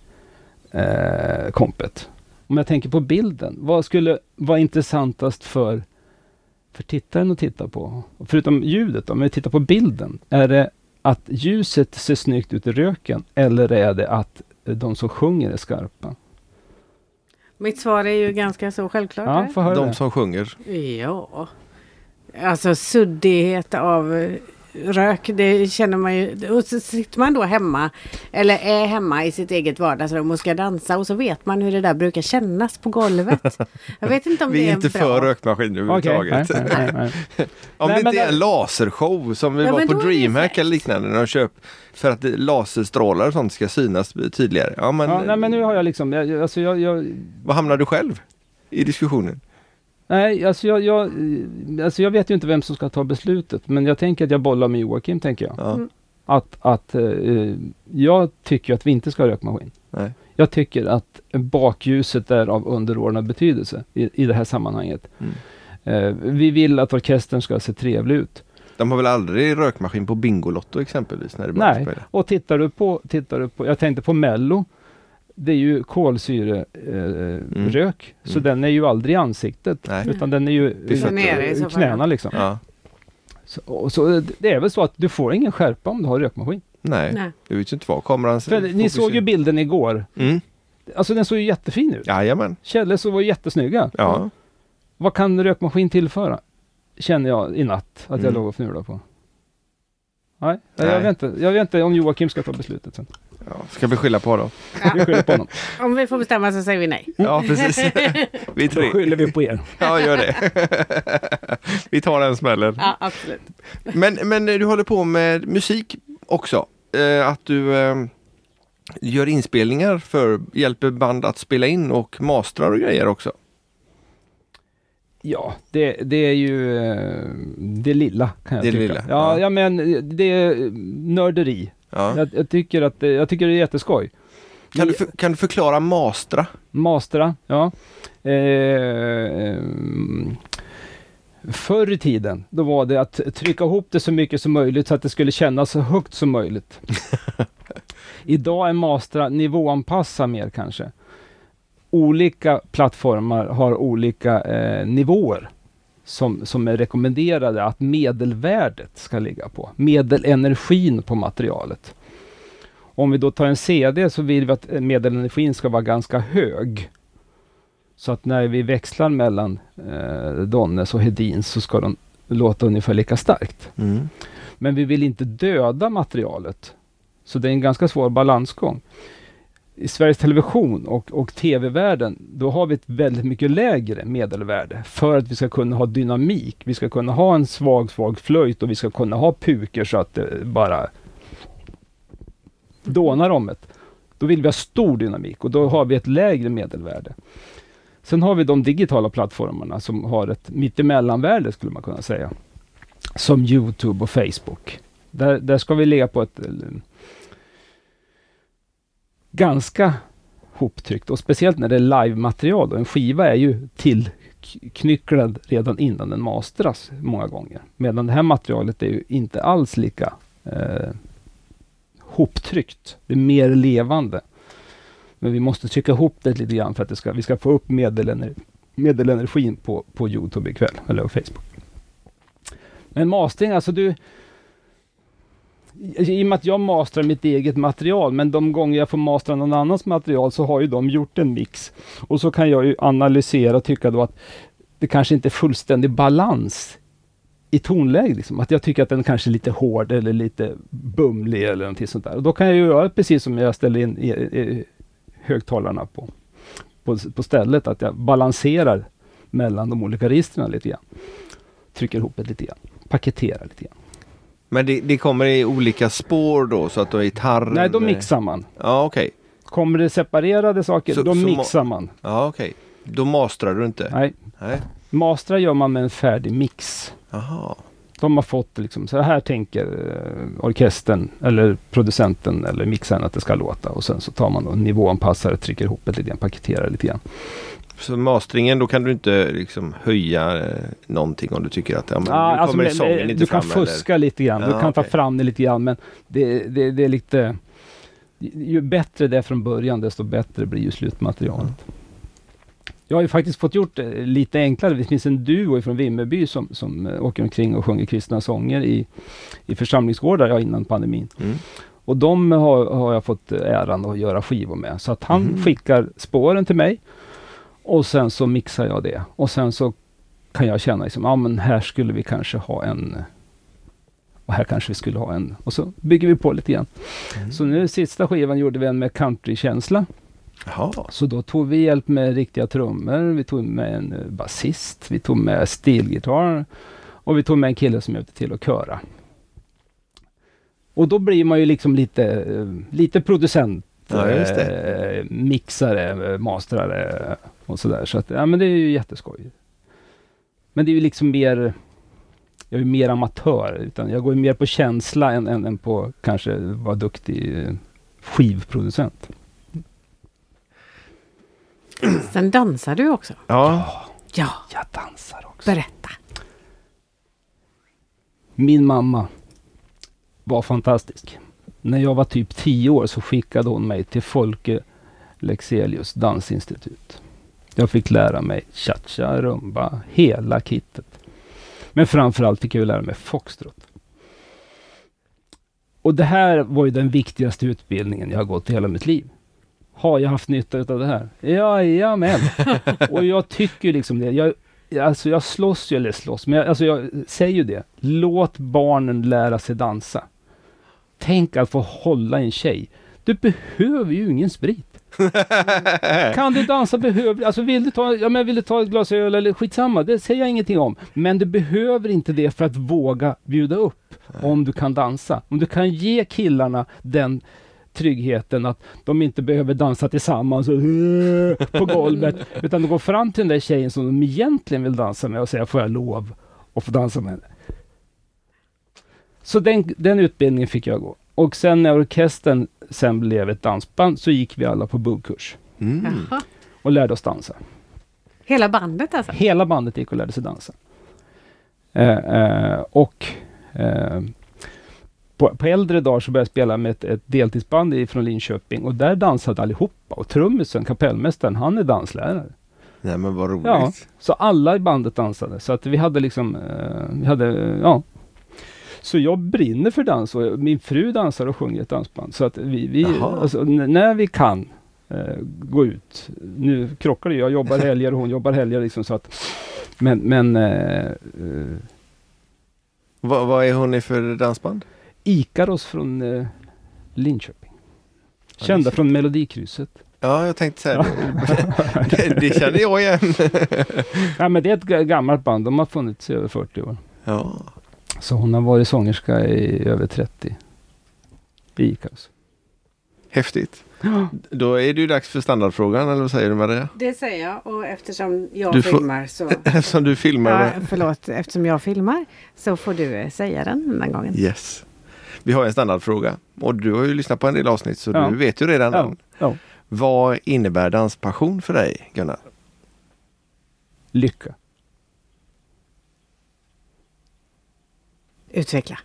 eh, kompet. Om jag tänker på bilden, vad skulle vara intressantast för, för tittaren att titta på? Förutom ljudet, om vi tittar på bilden, är det att ljuset ser snyggt ut i röken eller är det att de som sjunger är skarpa? Mitt svar är ju ganska så självklart. Ja, får höra de det. som sjunger. Ja. Alltså suddighet av rök, det känner man ju. Och så sitter man då hemma, eller är hemma i sitt eget vardagsrum och ska dansa och så vet man hur det där brukar kännas på golvet. Jag vet inte om vi det är är inte bra. för rökmaskiner överhuvudtaget. Okay. Nej, nej, nej. Om Nej, det inte men är en lasershow som vi Ja, var men på då är det DreamHack fräckt. eller liknande när de köp för att laserstrålar och sånt ska synas tydligare. Ja, men, Ja, nej, men nu har jag liksom, jag, alltså jag, jag, vad hamnar du själv i diskussionen? nej, alltså jag, jag, alltså jag vet ju inte vem som ska ta beslutet, men jag tänker att jag bollar med Joakim, tänker jag. Ja. Mm. Att, att eh, jag tycker att vi inte ska ha rökmaskin. Nej. Jag tycker att bakljuset är av underordnad betydelse i, i det här sammanhanget. Mm. Eh, vi vill att orkestern ska se trevlig ut. De har väl aldrig rökmaskin på Bingolotto exempelvis? När det Nej, spelar. och tittar du på, tittar du på, jag tänkte på Mello, det är ju kolsyre eh, Mm. rök, så Mm. den är ju aldrig i ansiktet, Nej. utan den är ju Det är i för- nere i så fall. knäna liksom. Ja. Så, och så det är väl så att du får ingen skärpa om du har rökmaskin. Nej, Nej. du vet ju inte vad kameran För ni såg ju bilden igår. Mm. Alltså den såg ju jättefin ut. Jajamän. Kjelle så var jättesnygga. Ja. Vad kan rökmaskin tillföra? Känner jag i natt att jag Mm. låg och fnurade på. Nej, Nej. Jag, vet inte, jag vet inte om Joakim ska ta beslutet sen. Ja. Ska vi skylla på då? Vi skyller på honom. Om vi får bestämma så säger vi nej. Ja, precis. Vi Då tre. skyller vi på er. Ja, gör det. Vi tar den smällen. Ja, absolut. Men, men du håller på med musik också. Eh, att du eh, gör inspelningar för, hjälper band att spela in och mastrar och grejer också. Ja, det, det är ju eh, det lilla kan jag Det tycka. lilla, Ja, ja. ja, men det är nörderi. Ja. Jag, jag, tycker att, det- jag tycker det är jätteskoj. Kan, du Vi- för, kan du förklara mastra? Mastera, ja. Eh, ehm, förr i tiden, då var det att trycka ihop det så mycket som möjligt så att det skulle kännas så högt som möjligt. Idag är mastera nivåanpassa mer kanske. Olika plattformar har olika eh, nivåer som, som är rekommenderade att medelvärdet ska ligga på. Medelenergin på materialet. Om vi då tar en C D så vill vi att medelenergin ska vara ganska hög. Så att när vi växlar mellan eh, Donnes och Hedins så ska de låta ungefär lika starkt. Mm. Men vi vill inte döda materialet. Så det är en ganska svår balansgång. I Sveriges Television och, och tv-världen, då har vi ett väldigt mycket lägre medelvärde för att vi ska kunna ha dynamik. Vi ska kunna ha en svag, svag flöjt och vi ska kunna ha puker så att det bara dånar om det. Då vill vi ha stor dynamik och då har vi ett lägre medelvärde. Sen har vi de digitala plattformarna som har ett mittemellanvärde skulle man kunna säga. Som YouTube och Facebook. Där, där ska vi ligga på ett eh, ganska hoptryckt och speciellt när det är live-material. Och en skiva är ju tillknycklad redan innan den mastras många gånger. Medan det här materialet är ju inte alls lika eh, hoptryckt. Det är mer levande. Men vi måste trycka ihop det lite grann för att det ska, vi ska få upp medelener, medelenergin på, på YouTube ikväll eller på Facebook. Men mastering, alltså du i och med att jag mastrar mitt eget material, men de gånger jag får mastra någon annans material så har ju de gjort en mix. Och så kan jag ju analysera och tycka då att det kanske inte är fullständig balans i tonläge. Liksom. Att jag tycker att den kanske är lite hård eller lite bumlig eller någonting sånt där. Och då kan jag ju göra precis som jag ställer in i, i högtalarna på, på, på stället. Att jag balanserar mellan de olika registren lite grann. Trycker ihop det lite grann. Paketerar lite grann. Men det, det kommer i olika spår då så att du har gitarren... Nej, då mixar man. Ja, okej. Okay. Kommer det separerade saker, Så- då så mixar man. Ja, okej. Okay. Då mastrar du inte? Nej, Nej. mastra gör man med en färdig mix. Jaha. De har fått liksom, så här tänker eh, orkestern eller producenten eller mixaren att det ska låta. Och sen så tar man och nivåanpassar, trycker ihop det lite grann, paketerar lite grann. Så mastringen, då kan du inte liksom höja eh, någonting om du tycker att ja, men Ja, nu alltså, kommer men, sången eh, inte du kan fram, fuska lite grann, du Ja, kan ta okej. fram det lite grann, men det, det, det är lite... Ju bättre det är från början, desto bättre blir ju slutmaterialet. Jag har ju faktiskt fått gjort det lite enklare. Det finns en duo från Vimmerby som, som eh, åker omkring och sjunger kristna sånger i, i församlingsgårdar ja, innan pandemin. Mm. Och de har, har jag fått äran att göra skivor med. Så att han Mm. skickar spåren till mig och sen så mixar jag det. Och sen så kan jag känna liksom, ja men här skulle vi kanske ha en och här kanske vi skulle ha en. Och så bygger vi på lite grann. Mm. Så nu sista skivan gjorde vi en med countrykänsla. Jaha. Så då tog vi hjälp med riktiga trummor, vi tog med en basist, vi tog med stilgitarr och vi tog med en kille som hjälpte till att köra. Och då blir man ju liksom lite, lite producent, ja, just det. Eh, mixare, masterare och sådär. Så att, ja, men det är ju jätteskoj. Men det är ju liksom mer, jag är mer amatör, utan jag går ju mer på känsla än, än, än på kanske vara duktig skivproducent. Sen dansar du också. Ja. Ja. Jag dansar också. Berätta. Min mamma var fantastisk. När jag var typ tio år så skickade hon mig till Folke Lexelius dansinstitut. Jag fick lära mig cha-cha, rumba, hela kittet. Men framförallt fick jag lära mig foxtrot. Och det här var ju den viktigaste utbildningen jag har gått i hela mitt liv. Har jag haft nytta av det här? Jajamän. Och jag tycker liksom det. Jag, alltså jag slåss ju, eller slåss, men jag, alltså jag säger ju det. Låt barnen lära sig dansa. Tänk att få hålla en tjej. Du behöver ju ingen sprit. Kan du dansa behöver, alltså vill du ta, ja men vill du ta ett glas öl eller skitsamma, det säger jag ingenting om. Men du behöver inte det för att våga bjuda upp om du kan dansa. Om du kan ge killarna den tryggheten att de inte behöver dansa tillsammans och, på golvet, utan de går fram till den där tjejen som de egentligen vill dansa med och säga, får jag lov att få dansa med henne? Så den, den utbildningen fick jag gå. Och sen när orkestern sen blev ett dansband så gick vi alla på buggkurs. Mm. Och lärde oss dansa. Hela bandet alltså? Hela bandet gick och lärde sig dansa. Eh, eh, och eh, på, på äldre dagar så började jag spela med ett, ett deltidsband från Linköping. Och där dansade allihopa. Och trummisen, kapellmästaren, han är danslärare. Nej men vad roligt. Ja, så alla i bandet dansade. Så att vi hade liksom, eh, vi hade, ja. Så jag brinner för dans och min fru dansar och sjunger ett dansband. Så att vi, vi alltså, n- när vi kan eh, gå ut. Nu krockar det, jag jobbar helger och hon jobbar helger liksom, så att, men, men eh, eh, Va, vad är hon i för dansband? Ikaros från eh, Linköping. Kända från Melodikrysset. Ja, jag tänkte säga det. det. Det känner jag igen. Ja, men det är ett g- gammalt band. De har funnits i över fyrtio år. Ja. Så hon har varit sångerska i över trettio. I Ikaros. Häftigt. Då är det ju dags för standardfrågan, eller vad säger du, Maria? Det säger jag, och eftersom jag Du får- filmar så... Eftersom du filmar. Ja, förlåt, eftersom jag filmar så får du eh, säga den den här gången. Yes. Vi har en standardfråga. Och du har ju lyssnat på en del avsnitt, så Ja. du vet ju redan Ja, den. ja. Vad innebär danspassion för dig, Gunnar? Lycka. Utveckla.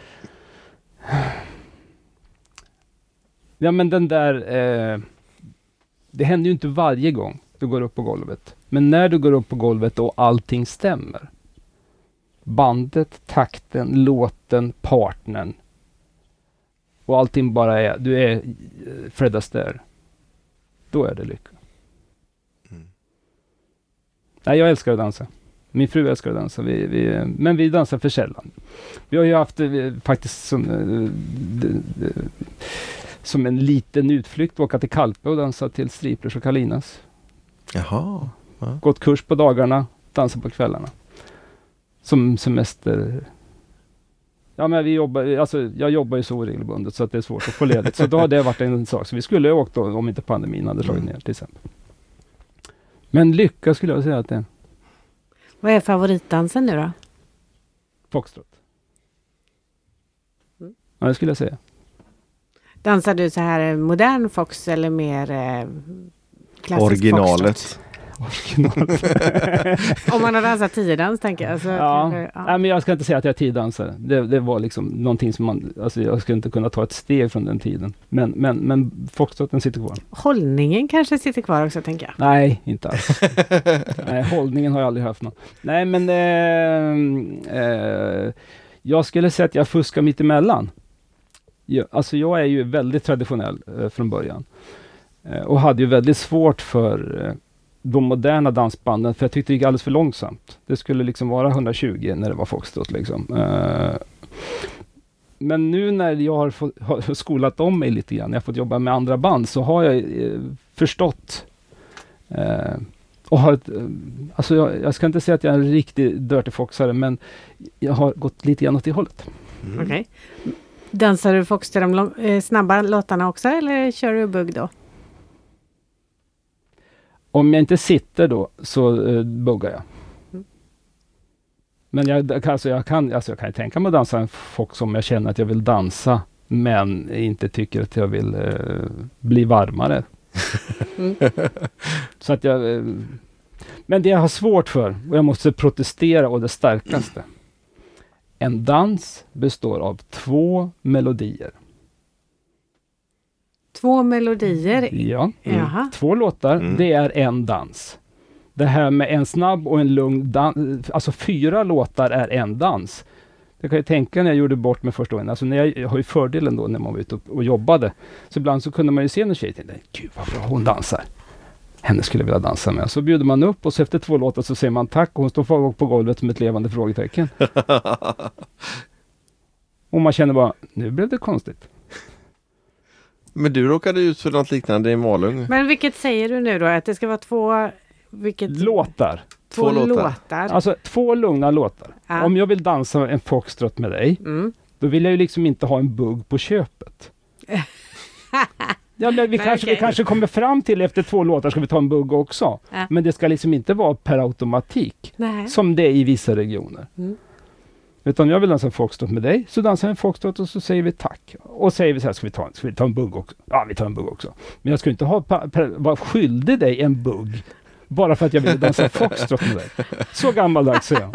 Ja, men den där... Eh, det händer ju inte varje gång du går upp på golvet. Men när du går upp på golvet och allting stämmer. Bandet, takten, låten, partnern. Och allting bara är... Du är eh, Fred Astaire. Då är det lycka. Mm. Nej, jag älskar att dansa. Min fru älskar att dansa. Vi, vi, men vi dansar för sällan. Vi har ju haft eh, faktiskt som, eh, d, d, som en liten utflykt åka till Kalpe och dansa till Striplers och Kalinas. Jaha. Ja. Gått kurs på dagarna, dansa på kvällarna. Som semester. Ja, men vi jobbar, alltså jag jobbar ju så oregelbundet så att det är svårt att få ledigt. Så då har det varit en sak. Så vi skulle ha åkt då, om inte pandemin hade slagit Mm. ner till exempel. Men lycka skulle jag säga att det är. Vad är favoritdansen nu då? Foxtrot. Mm. Ja, det skulle jag säga. Dansar du så här modern fox eller mer eh, klassisk Originalet. foxtrot? Om man har dansat tiodans tänker jag. Alltså, Ja. kanske, ja. Nej, men jag ska inte säga att jag är tiddansare. Det, det var liksom någonting som man... Alltså jag skulle inte kunna ta ett steg från den tiden. Men, men, men foxtroten sitter kvar. Hållningen kanske sitter kvar också tänker jag. Nej, inte alls. Nej, hållningen har jag aldrig haft någon. Nej, men... Eh, eh, jag skulle säga att jag fuskar mitt emellan. Jag, alltså jag är ju väldigt traditionell eh, från början. Eh, och hade ju väldigt svårt för... Eh, de moderna dansbanden, för jag tyckte det gick alldeles för långsamt. Det skulle liksom vara hundratjugo när det var foxtrot liksom. Uh, Men nu när jag har, fått, har skolat om mig lite grann, jag har fått jobba med andra band, så har jag eh, förstått eh, och har ett, eh, alltså jag, jag ska inte säga att jag är en riktig dirty foxare, men jag har gått lite grann åt det hållet. Mm. Okej. Okay. Dansar du fox till de lång, eh, snabba låtarna också, eller kör du bugg då? Om jag inte sitter då så eh, buggar jag. Mm. Men jag, alltså jag, kan, alltså jag kan tänka mig att dansa en fox om jag känner att jag vill dansa, men inte tycker att jag vill eh, bli varmare. Mm. Så att jag... Eh, men det jag har svårt för, och jag måste protestera å det starkaste. En dans består av två melodier. Två melodier? Ja, mm. två låtar, mm. det är en dans. Det här med en snabb och en lugn dans, alltså fyra låtar är en dans. Det kan jag tänka när jag gjorde bort med första gången. Alltså när jag, jag har ju fördelen då när man var ute och, och jobbade. Så ibland så kunde man ju se en tjej och tänkte, gud vad bra hon dansar. Henne skulle jag vilja dansa med. Så bjuder man upp och så efter två låtar så säger man tack och hon står på golvet som ett levande frågetecken. Och man känner bara, nu blev det konstigt. Men du råkade ut för något liknande i Malung. Men vilket säger du nu då? Att det ska vara två... Vilket... Låtar. Två, två låtar. låtar. Alltså två lugna låtar. Ja. Om jag vill dansa en foxtrot med dig, mm. då vill jag ju liksom inte ha en bugg på köpet. Ja, men vi, Nej, kanske, okay. vi kanske kommer fram till efter två låtar ska vi ta en bugg också. Ja. Men det ska liksom inte vara per automatik. Nej. Som det är i vissa regioner. Mm. Utan jag vill dansa en foxtrot med dig, så dansar vi en foxtrot och så säger vi tack. Och säger vi så här, ska vi ta, ska vi ta en bugg också? Ja, vi tar en bugg också. Men jag ska inte ha pa, pa, vara skyldig dig en bugg bara för att jag vill dansa en foxtrot med dig. Så gammaldags är jag.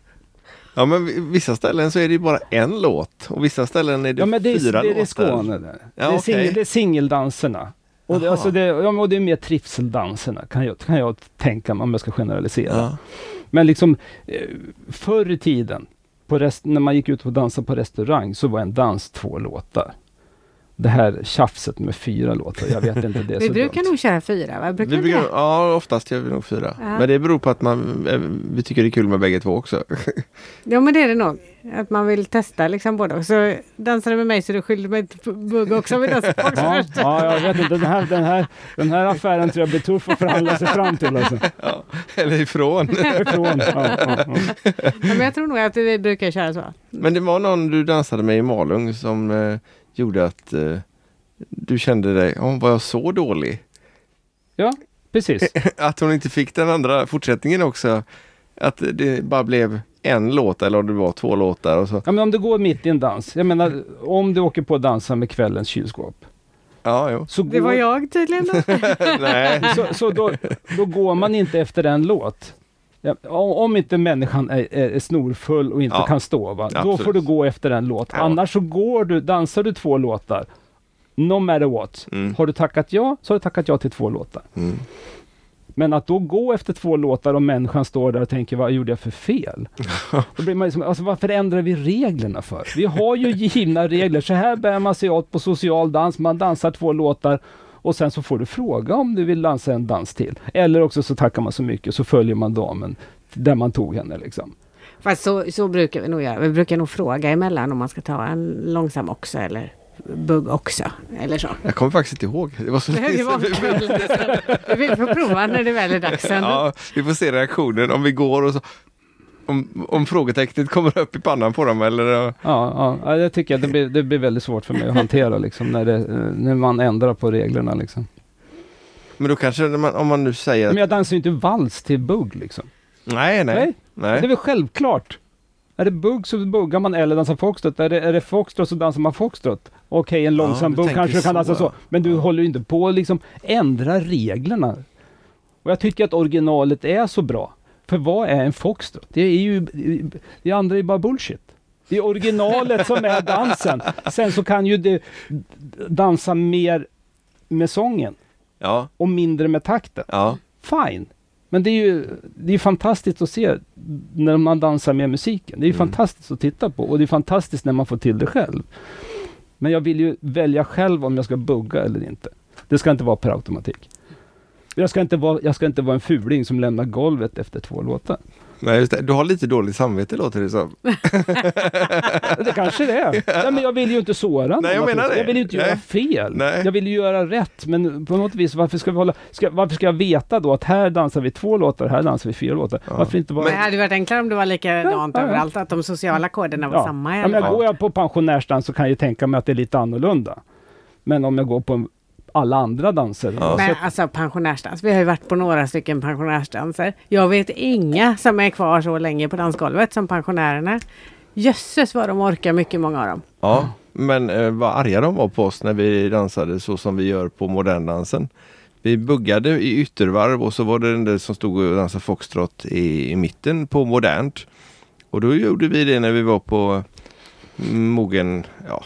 Ja, men vissa ställen så är det ju bara en låt. Och vissa ställen är det, ja, men det är, fyra det är låtar. Skåne där. Ja, det, är okay. singel, det är singeldanserna. Och det, alltså det, ja, och det är mer trivseldanserna kan jag, kan jag tänka mig om jag ska generalisera. Ja. Men liksom förr i tiden på rest, när man gick ut och dansade på restaurang så var en dans två låtar. Det här tjafset med fyra låtar, jag vet inte det är Vi så brukar dumt. nog köra fyra, va? Brukar vi brukar, ja, oftast gör vi nog fyra. Ja. Men det beror på att man, vi tycker det är kul med bägge två också. Ja, men det är det nog. Att man vill testa liksom båda. Så dansar du med mig så du skyller mig inte bugg också. Vi dansar ja, ja, jag vet inte. Den här, den, här, den här affären tror jag blir tuff att förhandla sig fram till. Alltså. Ja, eller ifrån. ifrån. Ja, ja, ja. Ja, men jag tror nog att vi brukar köra så. Men det var någon du dansade med i Malung som... Eh, gjorde att uh, du kände dig, oh, var jag så dålig? Ja, precis. Att hon inte fick den andra fortsättningen också. Att det bara blev en låt eller om det var två låtar. Och så. Ja, men om det går mitt i en dans. Jag menar, om du åker på att dansa med kvällens kylskåp. Ja, jo. Så det går... var jag tydligen då. Nej. Så, så då, då går man inte efter en låt. Ja, om inte människan är, är, är snorfull och inte ja, kan stå, va? Då får du gå efter en låt. Ja. Annars så går du, dansar du två låtar. No matter what. Mm. Har du tackat ja, så har du tackat ja till två låtar. Mm. Men att då gå efter två låtar och människan står där och tänker, vad gjorde jag för fel? Då blir man liksom, alltså, varför ändrar vi reglerna för? Vi har ju givna regler. Så här bär man sig åt på social dans. Man dansar två låtar. Och sen så får du fråga om du vill dansa en dans till. Eller också så tackar man så mycket så följer man damen där man tog henne liksom. Fast så, så brukar vi nog göra. Vi brukar nog fråga emellan om man ska ta en långsam också eller bugg också. Eller så. Jag kommer faktiskt inte ihåg. Det var så det var vi får prova när det väl är dags. Ja, vi får se reaktionen om vi går och så... Om, om frågetecknet kommer upp i pannan på dem eller? Ja, ja jag tycker att det blir, det blir väldigt svårt för mig att hantera liksom, när, det, när man ändrar på reglerna liksom. Men då kanske man, om man nu säger... Men jag dansar ju inte vals till bugg liksom. Nej, nej, nej. nej. Det är väl självklart. Är det bugg så buggar man eller dansar foxtrot. Är det, är det foxtrot så dansar man foxtrot. Okej, okay, en långsam ja, bugg kanske kan dansa så. Men du ja. håller ju inte på att liksom ändra reglerna. Och jag tycker att originalet är så bra. För vad är en foxtrot? Det är ju, det andra är bara bullshit. Det är originalet som är dansen. Sen så kan ju det dansa mer med sången. Ja. Och mindre med takten. Ja. Fine. Men det är ju det är fantastiskt att se när man dansar med musiken. Det är ju mm. fantastiskt att titta på. Och det är fantastiskt när man får till det själv. Men jag vill ju välja själv om jag ska bugga eller inte. Det ska inte vara per automatik. Jag ska inte vara, jag ska inte vara en fuling som lämnar golvet efter två låtar. Nej, just det. Du har lite dåligt samvete, låter det som. Det kanske det är. Nej, men jag vill ju inte såra. Nej, jag menar det. Jag vill ju inte Nej. göra fel. Nej. Jag vill ju göra rätt. Men på något vis, varför ska vi hålla... Ska, varför ska jag veta då att här dansar vi två låtar, här dansar vi fyra låtar? Ja. Varför inte bara... Men det hade varit enklare om det var likadant Ja, ja, ja. överallt, att de sociala koderna var Ja. samma i Ja, alla men fall. går jag på pensionärsdans så kan jag ju tänka mig att det är lite annorlunda. Men om jag går på alla andra danser. Ja. Men alltså pensionärsdans, vi har ju varit på några stycken pensionärsdanser. Jag vet inga som är kvar så länge på dansgolvet som pensionärerna. Jösses vad de orkar mycket, många av dem. Ja, men eh, vad arga de var på oss när vi dansade så som vi gör på moderndansen. Vi buggade i yttervarv och så var det den där som stod och dansade foxtrot i, i mitten på modernt. Och då gjorde vi det när vi var på mogen, ja,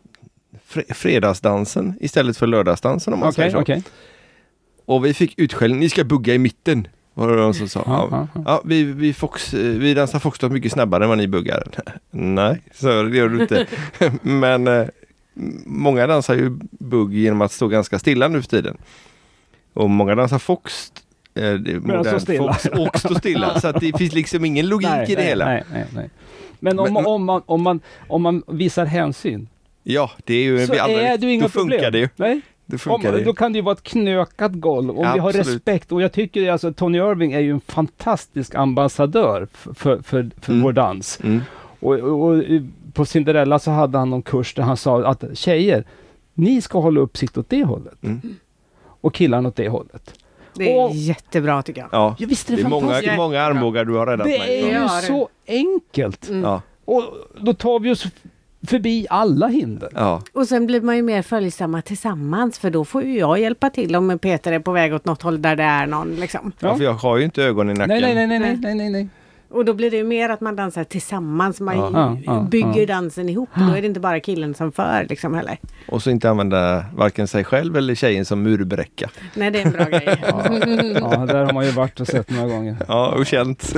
fre- fredagsdansen istället för lördagsdansen om man Okej, säger så. okej. Och vi fick utskällning, ni ska bugga i mitten. Var det någon som sa. Ja, Ja, ja, ja, vi, vi, fox, vi dansar foxtrot mycket snabbare än vad ni buggar. Nej, så det gör du inte. Men eh, många dansar ju bugg genom att stå ganska stilla nu för tiden. Och många dansar fox, eh, modern stilla. fox och stå stilla. Så att det finns liksom ingen logik Nej, i det nej, hela. Nej, nej, nej. Men om, Men- om, man, om, man, om man visar hänsyn Ja, det är ju så vi aldrig, är det ju inga då funkar problem. det ju. Nej. Det Om, funkar det ju. då kan det ju vara ett knökat golv. Om Ja, vi har absolut. respekt. Och jag tycker alltså Tony Irving är ju en fantastisk ambassadör för, för, för, för Mm. vår dans. Mm. Och, och, och på Cinderella så hade han någon kurs där han sa att tjejer, ni ska hålla uppsikt åt det hållet. Mm. Och killarna åt det hållet. Det är Och- jättebra tycker jag. Ja, Ja, visst är det, det är många, fantastiskt. många armbågar du har räddat Det mig är från. ju Ja, det- så enkelt. Mm. Ja, Och då tar vi oss förbi alla hinder. ja. Och sen blir man ju mer följsamma tillsammans, för då får ju jag hjälpa till om Peter är på väg åt något håll där det är någon liksom. Ja, för jag har ju inte ögon i nacken. Nej, nej, nej, nej, nej, nej, nej, nej. Och då blir det ju mer att man dansar tillsammans, man Ja. Ja, ja, bygger ja. dansen ihop. Då är det inte bara killen som för liksom heller. Och så inte använda varken sig själv eller tjejen som murbräcka. Nej, det är en bra grej. Ja, där har man ju varit och sett några gånger. Ja, och känt.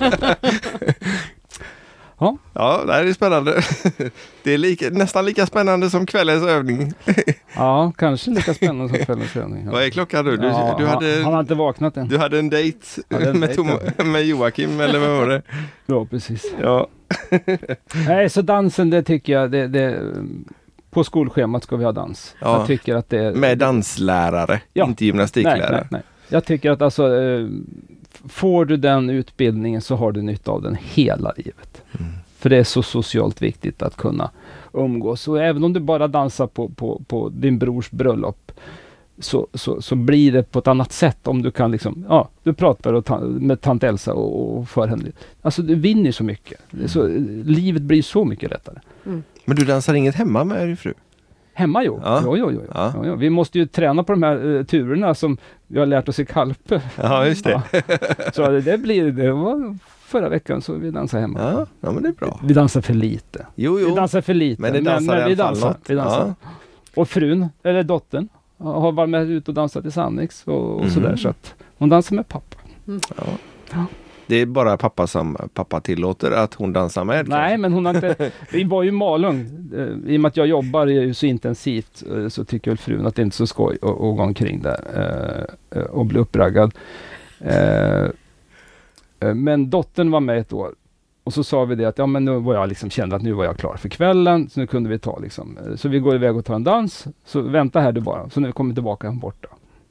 Ja. Ja, det här är spännande. Det är lika, nästan lika spännande som kvällens övning. Ja, kanske lika spännande som kvällens övning. Ja. Vad är klockan nu? Du, Ja, du, han, han hade, har inte vaknat än. du hade en dejt hade en med, dejt, Tom, med Joakim, eller vad var det? Ja, precis. Ja, Nej, så dansen, det tycker jag, det, det, på skolschemat ska vi ha dans. Ja. Jag tycker att det... med danslärare, Ja. inte nej, gymnastiklärare. nej, nej. Jag tycker att alltså, eh, får du den utbildningen så har du nytta av den hela livet. Mm. För det är så socialt viktigt att kunna umgås. Och även om du bara dansar på, på, på din brors bröllop så, så, så blir det på ett annat sätt om du kan liksom, ja, du pratar och ta, med tant Elsa och, och för henne. Alltså du vinner så mycket. Det är så, livet blir så mycket lättare. Men du dansar inget hemma med din fru? Hemma jo. Ja. Jo, jo, jo, jo. Ja. Jo, jo. Vi måste ju träna på de här eh, turerna som vi har lärt oss i Kalpe. Ja, just det. Ja. Så det, det blir, det var förra veckan så vi dansade hemma. Ja, ja, men det är bra. Vi dansar för lite. Jo, Vi jo. dansar för lite. Men det dansar i vi alla fall dansar. något. Vi dansar. Ja. Och frun, eller dottern, har varit med ut och dansat i Sannix och, och Mhm. sådär. Så att hon dansar med pappa. Ja. Ja. Det är bara pappa som pappa tillåter att hon dansar med. Nej, men hon har inte... Vi var ju i Malung. Eh, I och med att jag jobbar ju så intensivt eh, så tycker väl frun att det är inte så skoj att, att gå omkring där eh, eh, och bli uppraggad. Eh, eh, men dottern var med ett år. Och så sa vi det att ja, men nu var jag liksom, kände att nu var jag klar för kvällen. Så nu kunde vi ta liksom. eh, Så vi går iväg och tar en dans. Så vänta här du bara. Så när vi kommer tillbaka är hon borta.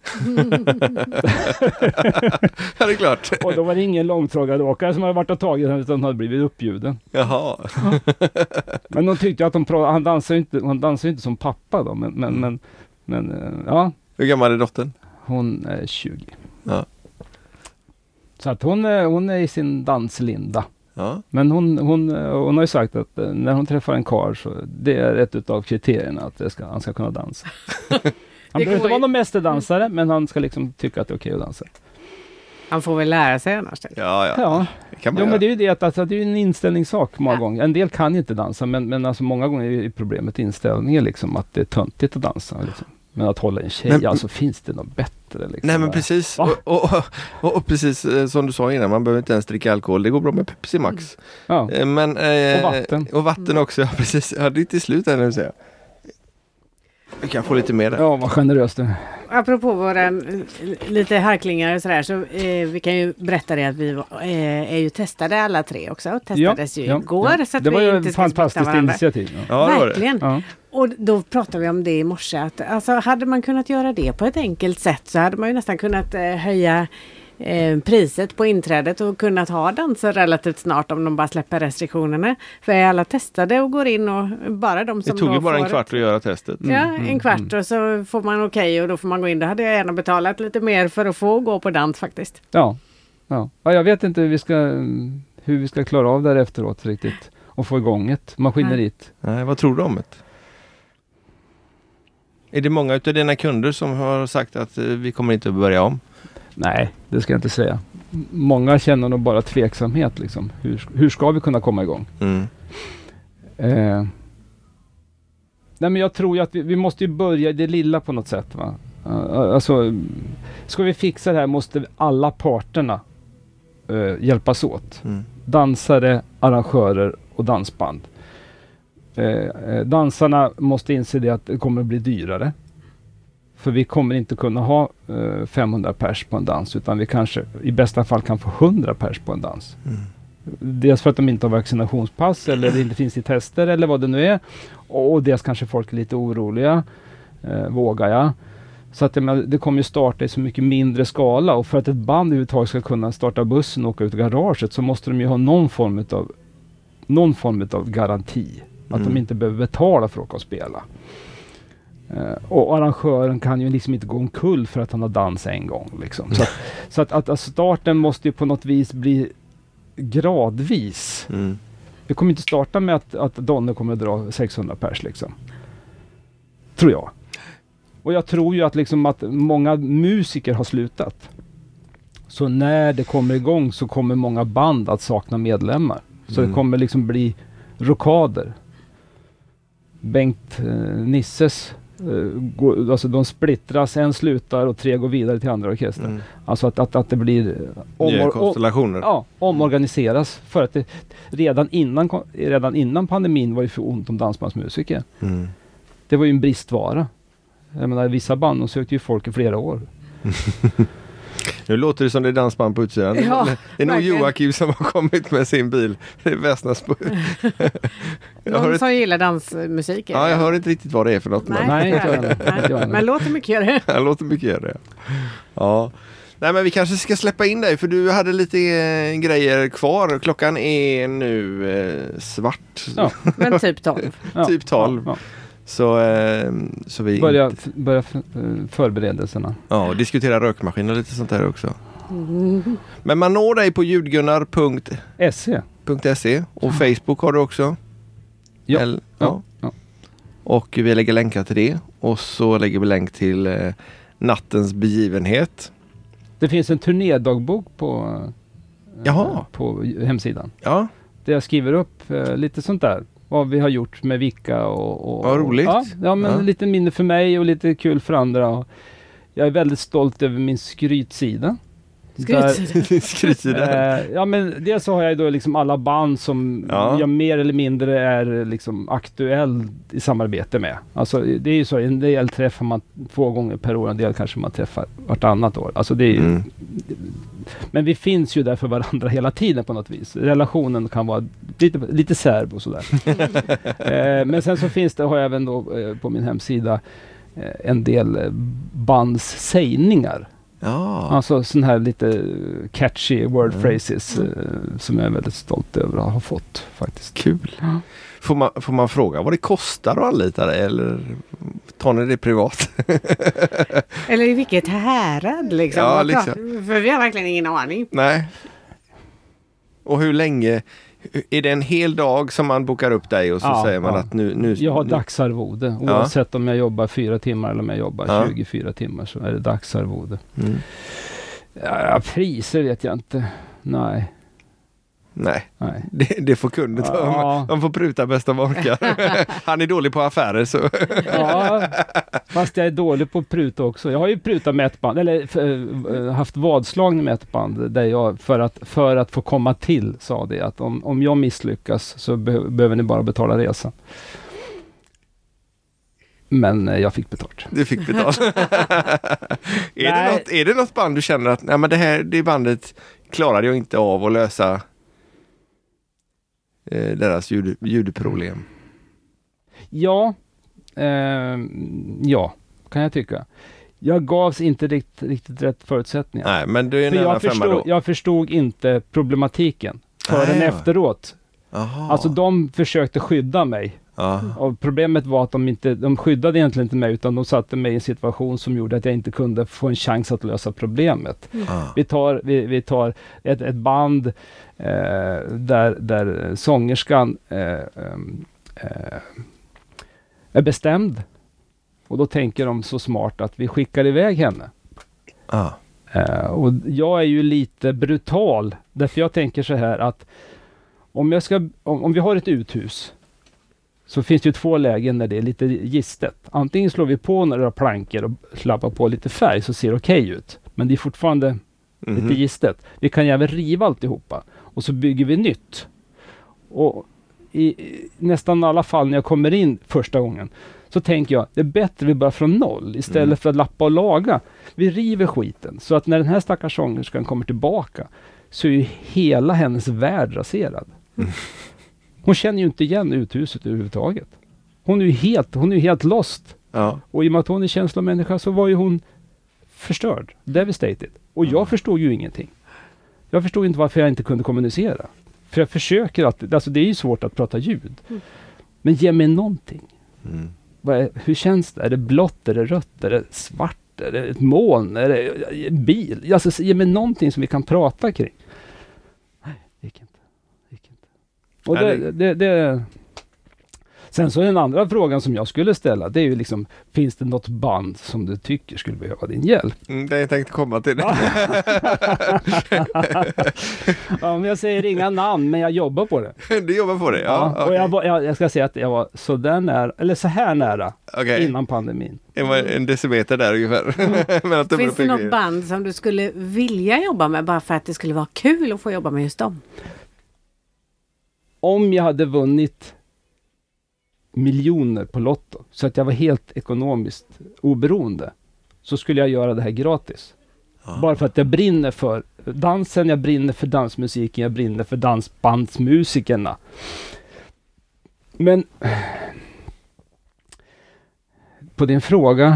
Ja, det är klart. Och då var det ingen långtrågaråkare som hade varit och tagit henne utan hon hade blivit uppbjuden. Jaha. Men hon tyckte att de pra- han dansar ju inte, han dansar ju inte som pappa då, men, men, men, men eh, ja, Hur gammal är dottern? hon är tjugo. Ja. Så att hon, är- hon är i sin danslinda. Ja. Men hon, hon, eh, hon har ju sagt att eh, när hon träffar en karl så det är ett utav kriterierna att det ska, han ska kunna dansa. Han Det behöver inte går vara ju- någon mästerdansare, men han ska liksom tycka att det är okej att dansa. Han får väl lära sig annars. Ja, ja. Ja, Det kan man jo, göra. men det är ju det att alltså, det är en inställningssak många Ja. gånger. En del kan inte dansa, men, men alltså många gånger är ju problemet inställningen liksom att det är töntigt att dansa. Liksom. Men att hålla en tjej, Men- alltså finns det något bättre? Liksom, Nej, men där? precis. Va? Och, och, och, och precis eh, som du sa innan, man behöver inte ens dricka alkohol. Det går bra med Pepsi Max. Ja. Eh, Men, eh, Och vatten. Och vatten också, ja, precis. Ja, det är till slut här nu, säger jag. Vi kan få lite mer där. Ja, vad generöst det. Apropå våra lite harklingar och sådär, så eh, vi kan ju berätta det att vi var, eh, är ju testade alla tre också. Testades ja, ju ja, igår. Ja. Så att det vi var ju inte ett fantastiskt initiativ. Ja, det var det. Verkligen. Ja. Och då pratade vi om det i morse. Att, alltså, hade man kunnat göra det på ett enkelt sätt så hade man ju nästan kunnat eh, höja eh, priset på inträdet och kunnat ha danser relativt snart om de bara släpper restriktionerna. För alla testade och går in och bara de som det tog då ju bara får en kvart ett, att göra testet. Ja, en kvart och så får man okej okay, och då får man gå in. Då hade jag gärna betalat lite mer för att få gå på dans faktiskt. Ja, ja. ja jag vet inte hur vi ska, hur vi ska klara av det här efteråt riktigt och få igång ett maskineriet. Nej, vad tror du om det? Är det många utav dina kunder som har sagt att eh, vi kommer inte att börja om? Nej, det ska jag inte säga. Många känner nog bara tveksamhet liksom. Hur, hur ska vi kunna komma igång? Mm. Eh, nej men jag tror ju att vi, vi måste ju börja i det lilla på något sätt va. Uh, alltså, ska vi fixa det här måste alla parterna uh, hjälpas åt. Mm. Dansare, arrangörer och dansband. Uh, dansarna måste inse det att det kommer att bli dyrare. För vi kommer inte kunna ha uh, femhundra pers på en dans utan vi kanske i bästa fall kan få hundra pers på en dans. Mm. Dels för att de inte har vaccinationspass eller det inte finns i tester eller vad det nu är. Och dels kanske folk är lite oroliga. Eh, vågar jag? Så att det, det kommer ju starta i så mycket mindre skala. Och för att ett band överhuvudtaget ska kunna starta bussen och åka ut i garaget så måste de ju ha någon form utav, någon form utav garanti. Att Mm. de inte behöver betala för att åka och spela. Eh, och arrangören kan ju liksom inte gå omkull för att han har dans en gång. Liksom. Så, att, så att, att, att starten måste ju på något vis bli gradvis. Mm. Vi kommer inte starta med att, att Donne kommer att dra sexhundra pers liksom. Tror jag. Och jag tror ju att liksom att många musiker har slutat. Så när det kommer igång så kommer många band att sakna medlemmar. Så Mm. det kommer liksom bli rockader. Bengt eh, Nisses eh, går, alltså de splittras, en slutar och tre går vidare till andra orkestrar. Mm. Alltså att, att, att det blir Nya omor- konstellationer. Ja, omorganiseras för att det, redan, innan, redan innan pandemin var det för ont om dansbandsmusiker. Mm. Det var ju en bristvara. Jag menar, vissa band de sökte ju folk i flera år. Nu låter det som det är dansband på utsidan. Ja, det är nog verkligen. Joakim som har kommit med sin bil. Det är Västnas på. jag hör Någon ett, som gillar dansmusik. ja, jag hör inte riktigt vad det är för något. Nej, Men Nej, det inte är jag det. heller. Inte jag Nej. heller. Men låter mycket göra det. det låter mycket göra det. Ja. Nej, men vi kanske ska släppa in dig för du hade lite eh, grejer kvar. Klockan är nu eh, svart. Ja. Men typ tolv. Ja, Typ tolv. Ja, Så, eh, så vi ja. Börja, inte, f- börja f- eh, förberedelserna. ja, diskutera rökmaskiner och lite sånt där också. Mm. Men man når dig på ljudgunnar punkt S E. se och Facebook har du också. Ja. Eller, ja. Ja. Ja. Och vi lägger länkar till det. Och så lägger vi länk till eh, nattens begivenhet. Det finns en turnédagbok på, eh, Jaha. på hemsidan. Ja, Där jag skriver upp eh, lite sånt där. Vad vi har gjort med Vicka och... och Vad roligt. Ja, ja men Ja. lite minne för mig och lite kul för andra. Och jag är väldigt stolt över min skrytsida. Skrytsida. skrytsida. Eh, ja men dels så har jag då liksom alla band som Ja. jag mer eller mindre är liksom aktuell i samarbete med. Alltså det är ju så, en del träffar man två gånger per år, en del kanske man träffar vartannat år. Alltså det är ju, Mm. men vi finns ju där för varandra hela tiden på något vis. Relationen kan vara lite, lite särb och sådär. eh, men sen så finns det, har jag även då eh, på min hemsida eh, en del eh, bands sägningar. Ja. Alltså sån här lite catchy word Mm. phrases eh, som jag är väldigt stolt över att ha fått faktiskt. Kul. Ja. Får man, får man fråga vad det kostar att anlita dig eller tar ni det privat? Eller i vilket härad liksom. Ja, Vad liksom. pratar- För vi har verkligen ingen aning. Nej. Och hur länge? Är det en hel dag som man bokar upp dig och så Ja, säger man ja. att nu... nu Jag har nu, dagsarvode. Oavsett om jag jobbar fyra timmar eller om jag jobbar Ja. tjugofyra timmar så är det dagsarvode. Mm. Ja, priser vet jag inte. Nej. Nej, Nej. det, det får kunden ta. Ja. De får pruta bästa man orkar. Han är dålig på affärer så... Ja, fast jag är dålig på att pruta också. Jag har ju prutat med ett band, eller f- äh, haft vadslagning med ett band där jag för att, för att få komma till sa det att om, om jag misslyckas så be- behöver ni bara betala resan. Men eh, jag fick betalt. Du fick betalt. är, det något, är det något band du känner att nej, men det här det bandet klarade jag inte av att lösa eh, deras ljud, ljudproblem? Ja, eh, ja, kan jag tycka. Jag gavs inte riktigt, riktigt rätt förutsättningar. Nej, men du är För en jag, förstod, då. jag förstod inte problematiken förrän Nej, ja. efteråt. Aha. Alltså de försökte skydda mig. Aha. Och problemet var att de inte, de skyddade egentligen inte mig, utan de satte mig i en situation som gjorde att jag inte kunde få en chans att lösa problemet. Mm. Vi tar, vi, vi tar ett, ett band eh, där, där sångerskan eh, eh, är bestämd. Och då tänker de så smart att vi skickar iväg henne. Ah. Uh, och jag är ju lite brutal. Därför jag tänker så här att om, jag ska, om, om vi har ett uthus så finns det ju två lägen när det är lite gistet. Antingen slår vi på några plankor och slappar på lite färg så ser det okej okay ut. Men det är fortfarande mm-hmm. lite gistet. Vi kan ju även riva alltihopa. Och så bygger vi nytt. Och i, i nästan alla fall när jag kommer in första gången så tänker jag, det är bättre vi börjar från noll istället mm. för att lappa och laga. Vi river skiten. Så att när den här stackars sångerskan kommer tillbaka så är ju hela hennes värld raserad. Mm. Hon känner ju inte igen uthuset överhuvudtaget. Hon är ju helt, hon är ju helt lost. Ja. Och i och med att hon är känslomänniska så var ju hon förstörd. Devastated. Och jag mm. förstod ju ingenting. Jag förstod inte varför jag inte kunde kommunicera. För jag försöker alltid, alltså det är ju svårt att prata ljud. Mm. Men ge mig någonting. Mm. Vad är, hur känns det? Är det blått? Är det rött? Är det svart? Är det ett moln? Är det en bil? Alltså, ge mig någonting som vi kan prata kring. Nej, det gick inte. Det gick inte. Och det, det, det... Sen så är den andra frågan som jag skulle ställa, det är ju liksom, finns det något band som du tycker skulle behöva din hjälp? Mm, det jag tänkte komma till. Ja, men jag säger inga namn, men jag jobbar på det. Du jobbar på det? Ja. Ja, och jag, var, jag, jag ska säga att jag var så där nära, eller så här nära, okay. innan pandemin. Det var en decimeter där ungefär. Mm. Finns det något band som du skulle vilja jobba med bara för att det skulle vara kul att få jobba med just dem? Om jag hade vunnit miljoner på Lotto så att jag var helt ekonomiskt oberoende så skulle jag göra det här gratis. Ah. Bara för att jag brinner för dansen, jag brinner för dansmusiken, jag brinner för dansbandsmusikerna. Men på din fråga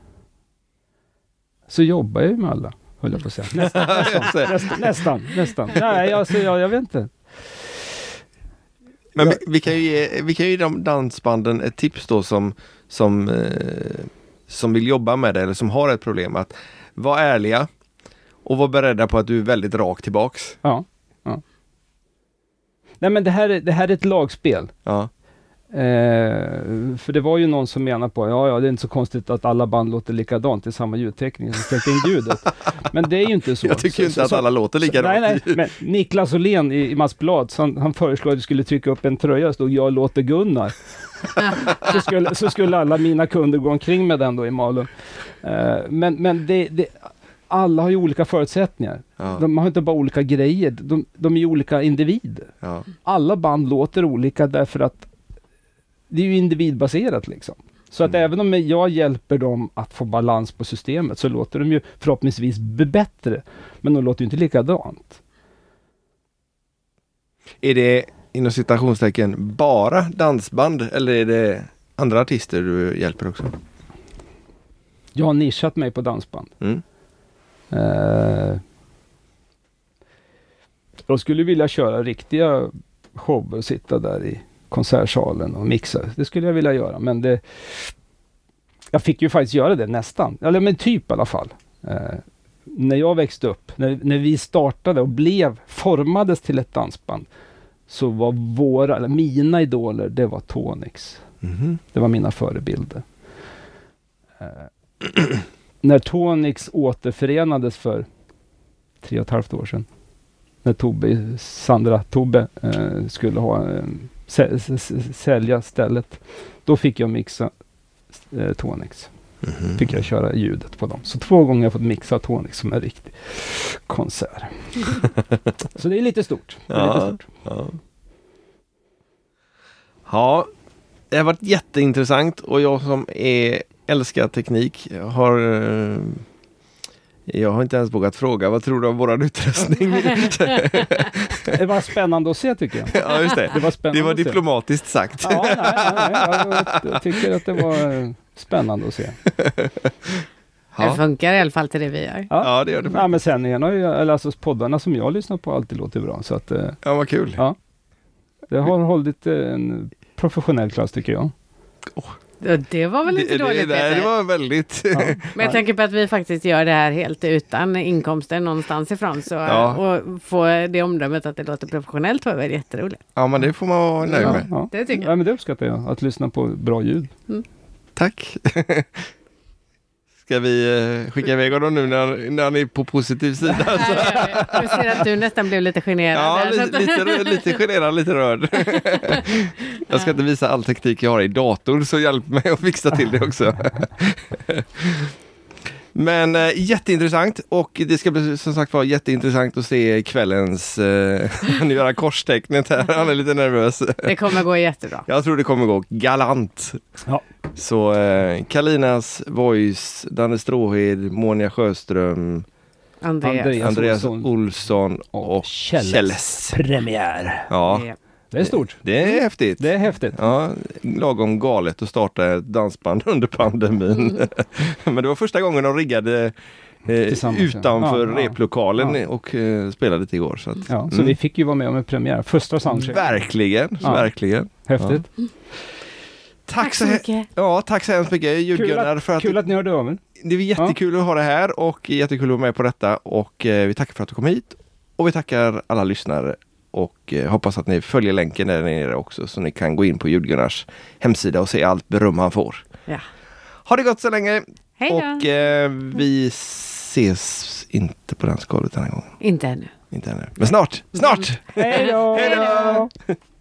så jobbar jag ju med alla, höll jag på att säga. Nästan, nästan, nästan, nästan, nästan. Nej, alltså, jag, jag vet inte. Men vi, vi kan ju ge, vi kan ju ge de dansbanden ett tips då som, som, eh, som vill jobba med det eller som har ett problem. Att vara ärliga och vara beredda på att du är väldigt rak tillbaks. Ja. ja. Nej men det här, är, det här är ett lagspel. Ja. Eh, för det var ju någon som menar på, ja ja det är inte så konstigt att alla band låter likadant i samma ljudteknik som stäckte in ljudet. Men det är ju inte så. Jag tycker så, inte så, att alla så, låter likadant. Nej nej, men Niklas Åhlén i, i Massblad, han, han föreslog att du skulle trycka upp en tröja och stod jag låter Gunnar. så, skulle, så skulle alla mina kunder gå omkring med den då i Malung. Eh, men men det, det alla har ju olika förutsättningar. Ja. De har inte bara olika grejer, de, de är ju olika individer. Ja. Alla band låter olika därför att det är ju individbaserat liksom. Så att mm. även om jag hjälper dem att få balans på systemet så låter de ju förhoppningsvis bättre. Men de låter ju inte likadant. Är det inom citationstecken bara dansband eller är det andra artister du hjälper också? Jag har nischat mig på dansband. Mm. Uh, jag skulle vilja köra riktiga shower och sitta där i konsertsalen och mixa. Det skulle jag vilja göra, men det jag fick ju faktiskt göra det nästan. Eller men typ i alla fall. Eh, när jag växte upp, när, när vi startade och blev, formades till ett dansband så var våra, eller mina idoler, det var Tonix. Mm-hmm. Det var mina förebilder. Eh, när Tonix återförenades för tre och ett halvt år sedan, när Tobbe, Sandra Tobbe eh, skulle ha eh, sälja stället. Då fick jag mixa eh, Tonix. Mm-hmm. Fick jag köra ljudet på dem. Så två gånger har jag fått mixa Tonix som en riktig konsert. Så det är lite stort. Det är ja, lite stort. Ja. ja. Det har varit jätteintressant och jag som är, älskar teknik har... Eh, jag har inte ens vågat fråga, vad tror du om vår utrustning? Det var spännande att se tycker jag. Ja, just det. Det var, spännande det var att se. diplomatiskt sagt. Ja, nej, nej, nej. Jag, jag tycker att det var spännande att se. Ja. Det funkar i alla fall till det vi gör. Ja, ja det gör det. Ja, men sändningarna, eller alltså poddarna som jag lyssnar på alltid låter bra. Så att, ja, vad kul. Ja. Det har hållit en professionell klass tycker jag. Oh. Det var väl inte det, dåligt, det, det, det var väldigt... Ja. Men jag tänker på att vi faktiskt gör det här helt utan inkomster någonstans ifrån. Så, ja. Och få det omdömet att det låter professionellt var väl jätteroligt. Ja, men det får man vara nöjd ja, med. Ja. Det tycker jag. Ja, men det uppskattar jag, att lyssna på bra ljud. Mm. Tack. Ska vi skicka iväg honom nu när, när han är på positiv sida? Nej, jag, jag ser att du nästan blev lite generad. Ja, där, lite, lite, lite generad, lite rörd. Jag ska inte visa all teknik jag har i datorn, så hjälp mig att fixa till det också. Men äh, jätteintressant, och det ska bli som sagt vara jätteintressant att se kvällens, äh, nu göra korstecknet här, han är lite nervös. Det kommer gå jättebra. Jag tror det kommer gå galant. Ja. Så äh, Kalinas voice, Danne Stråhed, Monia Sjöström, Andreas, Andreas, Andreas Olsson, Olsson och, och Kjelles. Kjelles. Premiär. Ja. Ja. Det är stort. Det är häftigt. Det är häftigt. Ja, lagom galet att starta ett dansband under pandemin. Mm. Men det var första gången de riggade eh, utanför ja, replokalen ja. och eh, spelade till igår. Så, att, ja, så mm. vi fick ju vara med om en premiär. Första soundcheck. Verkligen, ja. verkligen. Häftigt. Ja. Tack, tack så mycket. Ja, tack så hemskt mycket, Julgunnar. Kul, kul att ni hörde av er. Det var jättekul ja. att ha det här och jättekul att vara med på detta. Och eh, vi tackar för att du kom hit. Och vi tackar alla lyssnare. Och eh, hoppas att ni följer länken där nere också, så ni kan gå in på Julgunnars hemsida och se allt beröm han får. Ja. Ha det gott så länge. Hej då. Och eh, vi ses inte på den skalet den här gången. Inte ännu. Inte ännu. Men snart! Snart! Hej då! Hej då!